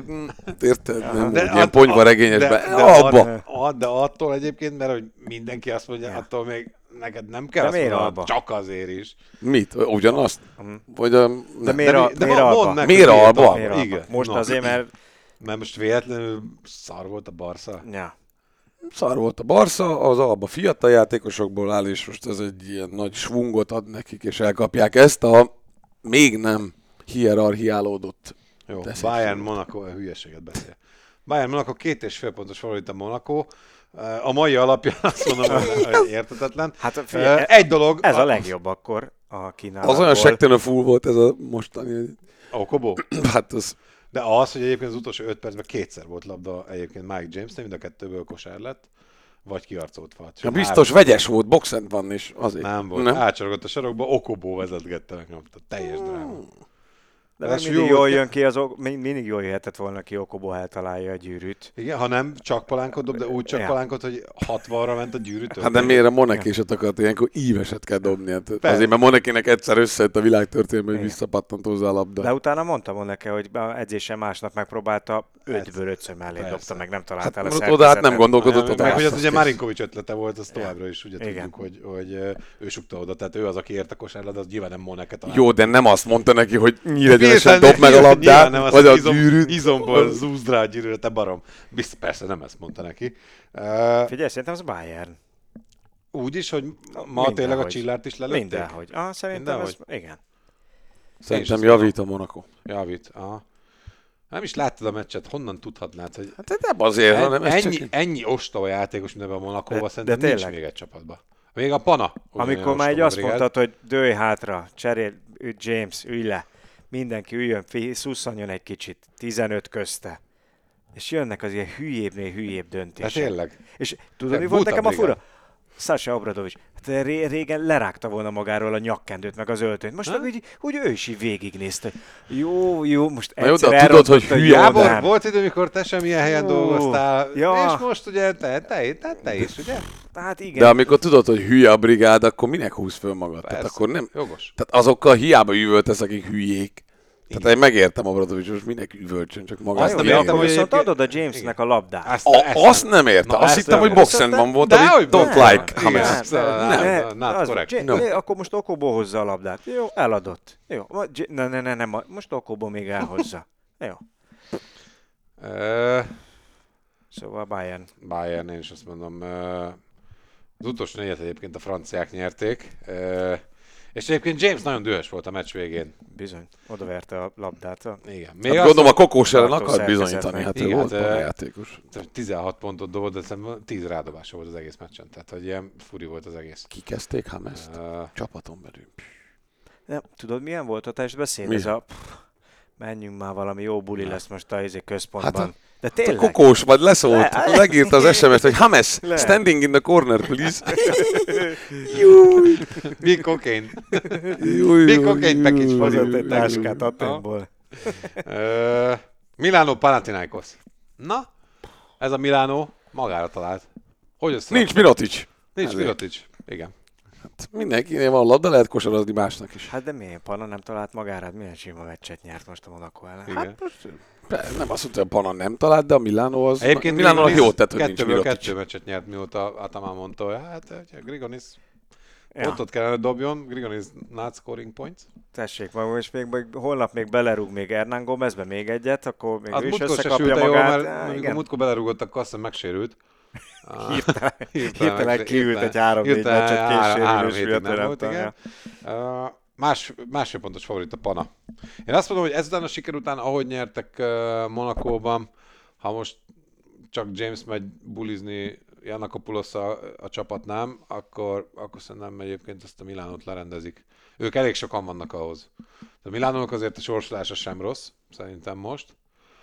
Speaker 8: érted? Nem,
Speaker 6: De
Speaker 8: ilyen
Speaker 6: att-
Speaker 8: ponyva regényesbe.
Speaker 6: de- de
Speaker 8: Abba!
Speaker 6: att- att- De attól egyébként, mert hogy mindenki azt mondja,
Speaker 7: Ja.
Speaker 6: attól még neked nem kell
Speaker 7: De
Speaker 6: azt
Speaker 7: miért
Speaker 6: mondani,
Speaker 7: Alba?
Speaker 6: csak azért is.
Speaker 8: Mit? Ugyanazt?
Speaker 7: Mhm.
Speaker 8: Vagy a...
Speaker 7: De miért, a,
Speaker 6: mi- de
Speaker 7: miért
Speaker 6: ma-
Speaker 7: Alba?
Speaker 6: mondd meg,
Speaker 8: Miért
Speaker 6: hogy
Speaker 8: Alba?
Speaker 7: Miért Alba?
Speaker 6: Igen.
Speaker 7: Most
Speaker 6: Na.
Speaker 7: azért, mert...
Speaker 6: Mert most véletlenül szar volt a Barca.
Speaker 7: Ja.
Speaker 8: Szar volt a Barca, az Alba fiatal játékosokból áll, és most ez egy ilyen nagy svungot ad nekik, és elkapják ezt a még nem hierarchiálódott.
Speaker 6: Jó,
Speaker 8: Teszik
Speaker 6: Bayern
Speaker 8: szót.
Speaker 6: Monaco, hülyeséget beszél. Bayern Monaco két és fél pontos favorit a Monaco. A mai alapján azt mondom, hogy hogy értetetlen.
Speaker 7: Hát
Speaker 6: Ö,
Speaker 7: figyelj,
Speaker 6: Egy dolog.
Speaker 7: ez a legjobb akkor a kínálatból.
Speaker 8: Az olyan sektelen full volt ez a mostani.
Speaker 6: Okobó.
Speaker 8: Hát az...
Speaker 6: De az, hogy egyébként az utolsó öt percben kétszer volt labda egyébként Mike Jamesnél, mind a kettőből kosár lett, vagy kiarcolt volt.
Speaker 8: Ja, biztos vegyes volt, boxent van, és azért.
Speaker 6: Nem volt.
Speaker 8: Nem?
Speaker 6: Átsorogott a sarokba, Okobó vezetgette meg, nem tudom, teljes dráma.
Speaker 7: De
Speaker 6: Ez
Speaker 7: meg
Speaker 6: jó
Speaker 7: mindig
Speaker 6: volt
Speaker 7: jól
Speaker 6: ki-
Speaker 7: jön ki, az, ok- min- mindig jól jöhetett volna ki, Okobo eltalálja a gyűrűt.
Speaker 6: Igen, ha nem csak palánkot dob, de úgy csak
Speaker 7: Ja.
Speaker 6: palánkot, hogy hatvanra ment a gyűrűtől.
Speaker 8: Hát de miért a Monekésat akart, ilyenkor íveset kell dobni. Hát
Speaker 6: Persze.
Speaker 8: azért, mert Monekének egyszer összejött a világtörténelme, hogy
Speaker 7: Igen.
Speaker 8: visszapattant hozzá a labda.
Speaker 7: De utána mondtam volna neki, hogy a edzésen másnap megpróbálta, ötből ötször mellé
Speaker 6: Persze.
Speaker 7: dobta, meg nem
Speaker 8: Hát
Speaker 7: találtál a
Speaker 8: oda hát
Speaker 7: szerkezetet.
Speaker 8: nem gondolkodott,
Speaker 6: Meg,
Speaker 8: oda
Speaker 6: meg hogy az
Speaker 8: át.
Speaker 6: ugye Marinkovics ötlete volt, az továbbra is ugye
Speaker 7: Igen.
Speaker 6: tudjuk, hogy, hogy ö, ő sukta oda, tehát ő az, aki ért a kosárlabda, az nyilván nem Moneket talált.
Speaker 8: Jó, de nem azt mondta neki, hogy nyílegyenesen
Speaker 6: Nyilván-
Speaker 8: dob meg a
Speaker 6: nyilván
Speaker 8: labdát,
Speaker 6: nem, azt
Speaker 8: vagy a
Speaker 6: izom,
Speaker 8: gyűrűt.
Speaker 6: Izomból zúzd rá a gyűrűre, te barom. Biztos, persze nem ezt mondta neki. Uh,
Speaker 7: Figyelj, szerintem az Bayern.
Speaker 6: úgy is, hogy ma
Speaker 7: Mindenhogy.
Speaker 6: tényleg a Csillárt is lelőtték?
Speaker 7: Mindenhogy. Ah, szerintem ez,
Speaker 6: Mindenhogy.
Speaker 7: igen.
Speaker 8: Szerintem
Speaker 6: Én is azt
Speaker 8: javít a Monaco.
Speaker 6: Javít, aha. Nem is láttad a meccset, honnan tudhatnád, hogy
Speaker 8: Hát nem azért, hanem ez
Speaker 6: ennyi,
Speaker 8: csak...
Speaker 6: ennyi ostoba játékos, mint ebben a Monakóban,
Speaker 7: De-
Speaker 6: szerintem
Speaker 7: de
Speaker 6: nincs
Speaker 7: tényleg.
Speaker 6: még egy csapatban. Még a Pana. ugyanolyan
Speaker 7: Amikor már egy
Speaker 6: ostoba
Speaker 7: azt
Speaker 6: brigád.
Speaker 7: mondtad, hogy dőj hátra, cserél, ü- James, ülj le, mindenki üljön, fi- szusszanjon egy kicsit, tizenöt közte. És jönnek az ilyen hülyébbnél hülyébb
Speaker 6: De
Speaker 7: döntések.
Speaker 6: tényleg.
Speaker 7: És tudod,
Speaker 6: De
Speaker 7: mi volt
Speaker 6: buta
Speaker 7: nekem a
Speaker 6: brigád.
Speaker 7: fura? Sasha Obradovics. Hát ré- régen lerágta volna magáról a nyakkendőt, meg az öltönyt. Most meg úgy, úgy ő is így végignézte. Jó, jó, most
Speaker 8: Na jó, de
Speaker 7: egyszer
Speaker 8: tudod, hogy
Speaker 7: elrontotta,
Speaker 8: hülye
Speaker 7: jó,
Speaker 6: Gábor,
Speaker 7: nem.
Speaker 6: volt idő, mikor te semmilyen helyen
Speaker 7: Hú,
Speaker 6: dolgoztál,
Speaker 7: ja.
Speaker 6: és most ugye te, te, te, te is, ugye?
Speaker 7: Hát igen.
Speaker 8: De amikor tudod, hogy hülye a brigád, akkor minek húz föl magad? Tehát
Speaker 6: Persze.
Speaker 8: akkor nem...
Speaker 6: Jogos.
Speaker 8: Tehát azokkal hiába üvöltesz, akik hülyék. Tehát én megértem Obradovics, most mindenki üvölcsön, csak magát.
Speaker 7: Azt
Speaker 6: nem
Speaker 7: nem
Speaker 6: értem,
Speaker 7: akkor
Speaker 6: hogy
Speaker 7: viszont
Speaker 6: egyébként-
Speaker 7: adod a Jamesnek a labdát.
Speaker 6: Ezt,
Speaker 8: A,
Speaker 6: ezt
Speaker 8: azt nem érte.
Speaker 6: Na,
Speaker 8: Azt
Speaker 6: ezt
Speaker 8: hittem,
Speaker 6: nem
Speaker 8: hogy
Speaker 6: értem.
Speaker 8: boxendban volt,
Speaker 6: De
Speaker 8: amit
Speaker 6: hogy
Speaker 8: don't
Speaker 6: nem.
Speaker 8: like
Speaker 6: Igen.
Speaker 8: Hames.
Speaker 6: Nem,
Speaker 8: Nem.
Speaker 6: nem, nem,
Speaker 7: az-
Speaker 6: korrekt.
Speaker 7: J-
Speaker 8: No.
Speaker 7: Akkor most Okóból hozza a labdát. Jó, eladott. Jó, ma- J- ne, ne, ne, ne, ma- most Okóból még elhozza. Jó.
Speaker 6: Ö,
Speaker 7: Szóval Bayern.
Speaker 6: Bayern, én is azt mondom. ö, Az utolsó négyet egyébként a franciák nyerték. Ö, És egyébként James nagyon dühös volt a meccs végén.
Speaker 7: Bizony. Odaverte a labdát. A...
Speaker 6: Igen.
Speaker 8: Hát gondolom a kokós ellen akar
Speaker 7: tartó
Speaker 8: bizonyítani,
Speaker 7: szerkezetnek.
Speaker 8: hát ő
Speaker 6: Igen,
Speaker 8: volt
Speaker 6: de-
Speaker 8: a játékos.
Speaker 6: tizenhat pontot dobott, de szerintem tíz rádobása volt az egész meccsen. Tehát, hogy ilyen furi volt az egész.
Speaker 8: Kikezdték Hamest?
Speaker 6: Ö,
Speaker 8: Csapaton belül.
Speaker 7: Nem, tudod milyen volt a testbeszéd?
Speaker 8: Mi?
Speaker 7: Ez a... Pff, menjünk már, valami jó buli lesz most a izé központban.
Speaker 8: Hát a-
Speaker 7: De
Speaker 8: A
Speaker 7: tényleg?
Speaker 8: kokós vagy leszólt,
Speaker 7: Le-
Speaker 8: megírta az es em es-t, hogy Hames,
Speaker 7: Le.
Speaker 8: standing in the corner, please.
Speaker 6: Big cocaine.
Speaker 8: Júj,
Speaker 6: Big
Speaker 8: júj,
Speaker 6: cocaine package
Speaker 8: júj,
Speaker 6: for you.
Speaker 7: Hozott egy
Speaker 8: júj.
Speaker 7: táskát Aténból.
Speaker 6: Ö, Milano Panathinaikos. Na, ez a Milano magára talált. Hogy össze?
Speaker 8: Nincs Mirotic.
Speaker 6: Nincs
Speaker 8: Ezért.
Speaker 6: Mirotic. Igen.
Speaker 8: Mindenkinél van labda, lehet kosarazni másnak is.
Speaker 7: Hát de miért Panna nem talált magára? Hát milyen sima meccset nyert most a Monaco ellen?
Speaker 6: Igen.
Speaker 7: Hát most
Speaker 8: Be- Nem azt mondta, hogy a Pana nem talált, de a Milano az...
Speaker 6: Egyébként
Speaker 8: Milano
Speaker 6: Grigonis
Speaker 8: jó tett, hogy nincs
Speaker 6: kettőből
Speaker 8: Mirotic.
Speaker 6: kettő meccset nyert, mióta Atamán mondta, hogy hát, hogy Grigonis
Speaker 7: ja,
Speaker 6: pontot kellene dobjon, Grigonis not scoring points.
Speaker 7: tessék meg, és még, még holnap még belerúg még Hernán Gomezbe még egyet, akkor még
Speaker 6: Az
Speaker 7: ő is
Speaker 6: múltkor se
Speaker 7: összekapja
Speaker 6: sült jól,
Speaker 7: magát.
Speaker 6: mert
Speaker 7: Á,
Speaker 6: amikor
Speaker 7: igen.
Speaker 6: múltkor belerúgottak, akkor azt hiszem megsérült. Ah,
Speaker 7: Hirtelen,
Speaker 6: hirtelen
Speaker 7: hirtelen
Speaker 6: meg-
Speaker 7: kiült
Speaker 6: hirtelen-
Speaker 7: egy három-négy
Speaker 6: hirtelen
Speaker 7: meccset
Speaker 6: három- három
Speaker 7: késsérülés
Speaker 6: hétig
Speaker 7: miatt,
Speaker 6: nem
Speaker 7: nem
Speaker 6: volt,
Speaker 7: tudom,
Speaker 6: igen.
Speaker 7: ja.
Speaker 6: Uh, Más, másfél pontos favorit a Pana. Én azt mondom, hogy ezután a siker után, ahogy nyertek uh, Monakóban, ha most csak James megy bulizni Giannakopoulos a, a csapat nem, akkor, akkor szerintem egyébként ezt a Milánót lerendezik. Ők elég sokan vannak ahhoz. A Milánónak azért a sorsolása sem rossz, szerintem most.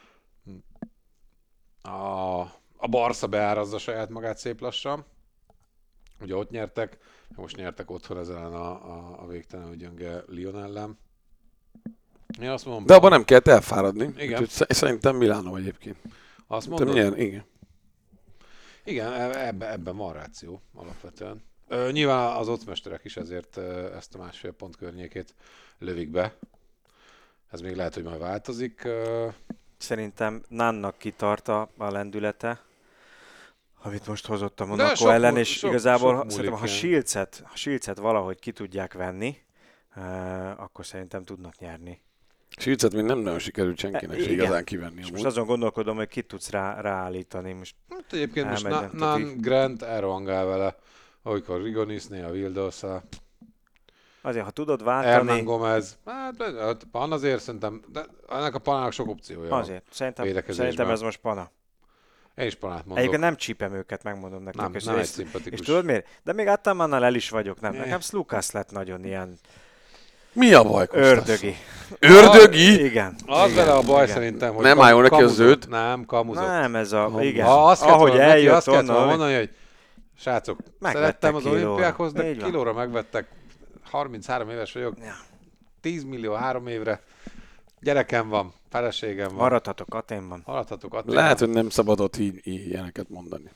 Speaker 6: A, a Barca beárazza saját magát szép lassan. Ugye ott nyertek, most nyertek otthon ezzel a, a, a végtelenül gyönge Lyon ellen. Én azt mondom,
Speaker 8: De abban nem kellett elfáradni.
Speaker 6: Igen.
Speaker 8: Úgyhogy sz- szerintem Milano egyébként.
Speaker 6: azt
Speaker 8: Te
Speaker 6: mondom,
Speaker 8: milyen? Igen.
Speaker 6: igen, e- ebbe, ebben van ráció alapvetően. Ö, nyilván az ocmesterek is ezért ö, ezt a másfél pont környékét lövik be. Ez még lehet, hogy majd változik. Ö,
Speaker 7: Szerintem Nannak kitart a, a lendülete, amit most hozott a
Speaker 6: De
Speaker 7: Monaco
Speaker 6: sok
Speaker 7: ellen,
Speaker 6: múl-
Speaker 7: és
Speaker 6: sok-
Speaker 7: igazából
Speaker 6: sok
Speaker 7: ha- szerintem, ha
Speaker 6: múlik
Speaker 7: Shields-et, ha Shields-et valahogy ki tudják venni, uh, akkor szerintem tudnak nyerni.
Speaker 8: Sírcet még nem nagyon sikerült senkinek
Speaker 7: E,
Speaker 8: se
Speaker 7: igen.
Speaker 8: igazán kivenni.
Speaker 7: És
Speaker 8: amúgy.
Speaker 7: most azon gondolkodom, hogy kit tudsz rá, ráállítani. Most
Speaker 6: hát egyébként most
Speaker 7: Elmegyem,
Speaker 6: Na-
Speaker 7: tehát
Speaker 6: Nan,
Speaker 7: így-
Speaker 6: Grant elrohangál vele, olykor Rigonis, néha Vildosa,
Speaker 7: azért, ha tudod
Speaker 6: Hernán
Speaker 7: váltani,
Speaker 6: Gomez. Hát, be- hát Pan azért szerintem, de ennek a Panának sok opciója van.
Speaker 7: azért. Szerintem,
Speaker 6: védekezésben.
Speaker 7: szerintem ez most Pana.
Speaker 6: Én is Panát mondok.
Speaker 7: Egyébként nem csípem őket, megmondom nektek.
Speaker 6: Nem,
Speaker 7: és,
Speaker 6: nem egy
Speaker 7: és,
Speaker 6: szimpatikus.
Speaker 7: és tudod miért? De még Attamannal el is vagyok, nem?
Speaker 6: Ne.
Speaker 7: Nekem Slukas lett nagyon ilyen
Speaker 8: Mi a baj, Kostas?
Speaker 7: ördögi.
Speaker 8: Ördögi?
Speaker 7: Igen.
Speaker 6: Az
Speaker 7: igen,
Speaker 6: vele a baj
Speaker 7: igen.
Speaker 6: szerintem, hogy
Speaker 8: Nem
Speaker 6: kam-
Speaker 8: álljon neki a
Speaker 6: kamuzott.
Speaker 8: zöld?
Speaker 6: Nem, kamuzott.
Speaker 7: Nem, ez a...
Speaker 8: Ha-
Speaker 7: Igen.
Speaker 6: Ha azt kellett
Speaker 7: Ahogy
Speaker 6: volna neki,
Speaker 7: eljött
Speaker 6: azt kellett volna
Speaker 7: onnan,
Speaker 6: mondani, hogy srácok,
Speaker 7: Megvettek
Speaker 6: szerettem az
Speaker 7: kilóra.
Speaker 6: olimpiákhoz, de
Speaker 7: Így van.
Speaker 6: kilóra megvettek. harminchárom éves vagyok,
Speaker 7: Ja.
Speaker 6: tíz millió három évre. Gyerekem van, feleségem van.
Speaker 7: Maradhatok Aténban.
Speaker 6: Maradhatok Atténban.
Speaker 8: Lehet, hogy nem szabadott így, így ilyeneket mondani.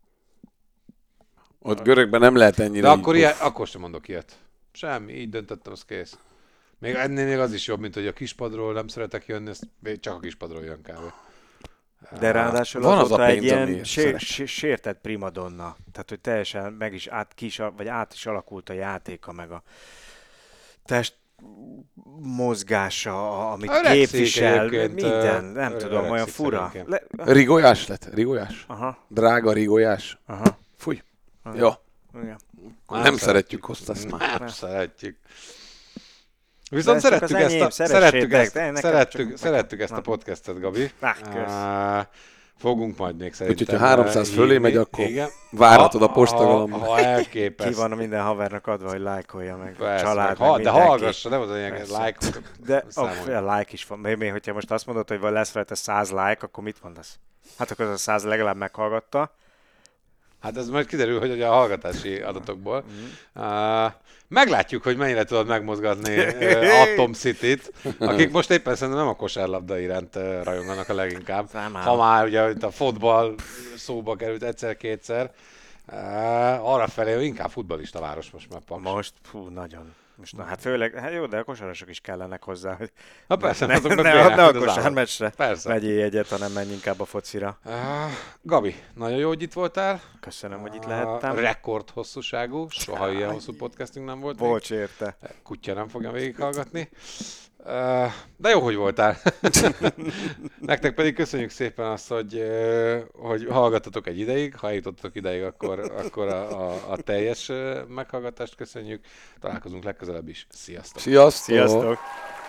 Speaker 8: Ott görögben nem lehet ennyire
Speaker 6: De akkor,
Speaker 8: így,
Speaker 6: ilyen, akkor sem mondok ilyet. Semmi, így döntöttem, az kész. Még ennél még az is jobb, mint hogy a kispadról nem szeretek jönni, ezt csak a kispadról jön kb.
Speaker 7: De ráadásul
Speaker 8: van az
Speaker 7: azóta
Speaker 8: a
Speaker 7: egy
Speaker 8: pénz,
Speaker 7: ilyen
Speaker 8: amiért
Speaker 7: sér,
Speaker 8: szeret.
Speaker 7: sér, sértett primadonna. Tehát, hogy teljesen meg is át, ki is, al- vagy át is alakult a játéka, meg a test mozgása, a- amit
Speaker 6: Öregszik
Speaker 7: képvisel,
Speaker 6: egyébként,
Speaker 7: minden,
Speaker 6: ö,
Speaker 7: nem
Speaker 6: ö,
Speaker 7: tudom, olyan
Speaker 6: öregszik
Speaker 7: fura.
Speaker 6: szerintem.
Speaker 7: Le,
Speaker 8: Rigolyás lett? Rigolyás?
Speaker 7: aha,
Speaker 8: Drága rigolyás?
Speaker 7: aha.
Speaker 8: Fúj.
Speaker 7: aha.
Speaker 8: Jó.
Speaker 7: Igen.
Speaker 8: Nem, nem szeretjük Kostas már.
Speaker 6: Nem
Speaker 7: Nem.
Speaker 6: szeretjük. Viszont
Speaker 7: De ez csak
Speaker 6: szerettük
Speaker 7: az
Speaker 6: ezt,
Speaker 7: enyém,
Speaker 6: a,
Speaker 7: szeressétek,
Speaker 6: szerettük, ezt,
Speaker 7: de nekem
Speaker 6: szerettük,
Speaker 7: csak-
Speaker 6: szerettük ezt a
Speaker 7: Na.
Speaker 6: podcastet, Gabi.
Speaker 7: Ah, kösz.
Speaker 6: Á, fogunk majd még szerintem.
Speaker 8: Úgyhogy ha háromszáz
Speaker 6: eh,
Speaker 8: fölé
Speaker 6: hívni.
Speaker 8: megy, akkor
Speaker 6: Igen.
Speaker 8: várhatod a
Speaker 6: Ha-
Speaker 8: postagalomba.
Speaker 6: Ha, ha elképesztő.
Speaker 7: Ki van a minden havernak adva, hogy lájkolja meg,
Speaker 6: Persze,
Speaker 7: család,
Speaker 6: meg,
Speaker 7: meg
Speaker 6: ha, de
Speaker 7: mindenki.
Speaker 6: hallgassa, nem az a lényeg,
Speaker 7: Persze.
Speaker 6: like.
Speaker 7: De
Speaker 6: számolj.
Speaker 7: a like is van. Még, még hogyha most azt mondod, hogy van lesz felette száz like, akkor mit mondasz? Hát akkor az a száz legalább meghallgatta.
Speaker 6: Hát ez majd kiderül, hogy ugye a hallgatási adatokból.
Speaker 7: Mhm.
Speaker 6: Uh, meglátjuk, hogy mennyire tudod megmozgatni uh, Atom City-t, akik most éppen szerintem nem a kosárlabda iránt uh, rajonganak a leginkább.
Speaker 7: Nem áll.
Speaker 6: Ha már ugye itt a fotball szóba került egyszer-kétszer, uh, arra felé inkább futballista város most már Paks.
Speaker 7: Most, fú, nagyon. Most na, hát főleg, hát jó, de a kosarasok is kellenek hozzá, hogy
Speaker 6: Na persze,
Speaker 7: ne,
Speaker 6: azoknak
Speaker 7: ne,
Speaker 6: bérnek,
Speaker 7: ne a
Speaker 6: hogy az állat.
Speaker 7: kosármeccsre
Speaker 6: Persze.
Speaker 7: vegyél egyet, hanem menj inkább a focira.
Speaker 6: Uh, Gabi, nagyon jó, hogy itt voltál.
Speaker 7: Köszönöm, hogy itt
Speaker 6: A
Speaker 7: lehettem.
Speaker 6: rekord hosszúságú, soha ilyen hosszú podcastunk nem volt.
Speaker 7: Bocs érte.
Speaker 6: Még. Kutya nem fogja végighallgatni. Uh, de jó, hogy voltál. Nektek pedig köszönjük szépen azt, hogy, uh, hogy hallgattatok egy ideig. Ha eljutottatok ideig, akkor, akkor a, a, a teljes uh, meghallgatást köszönjük. Találkozunk legközelebb is. Sziasztok!
Speaker 8: Sziasztok!
Speaker 7: Sziasztok!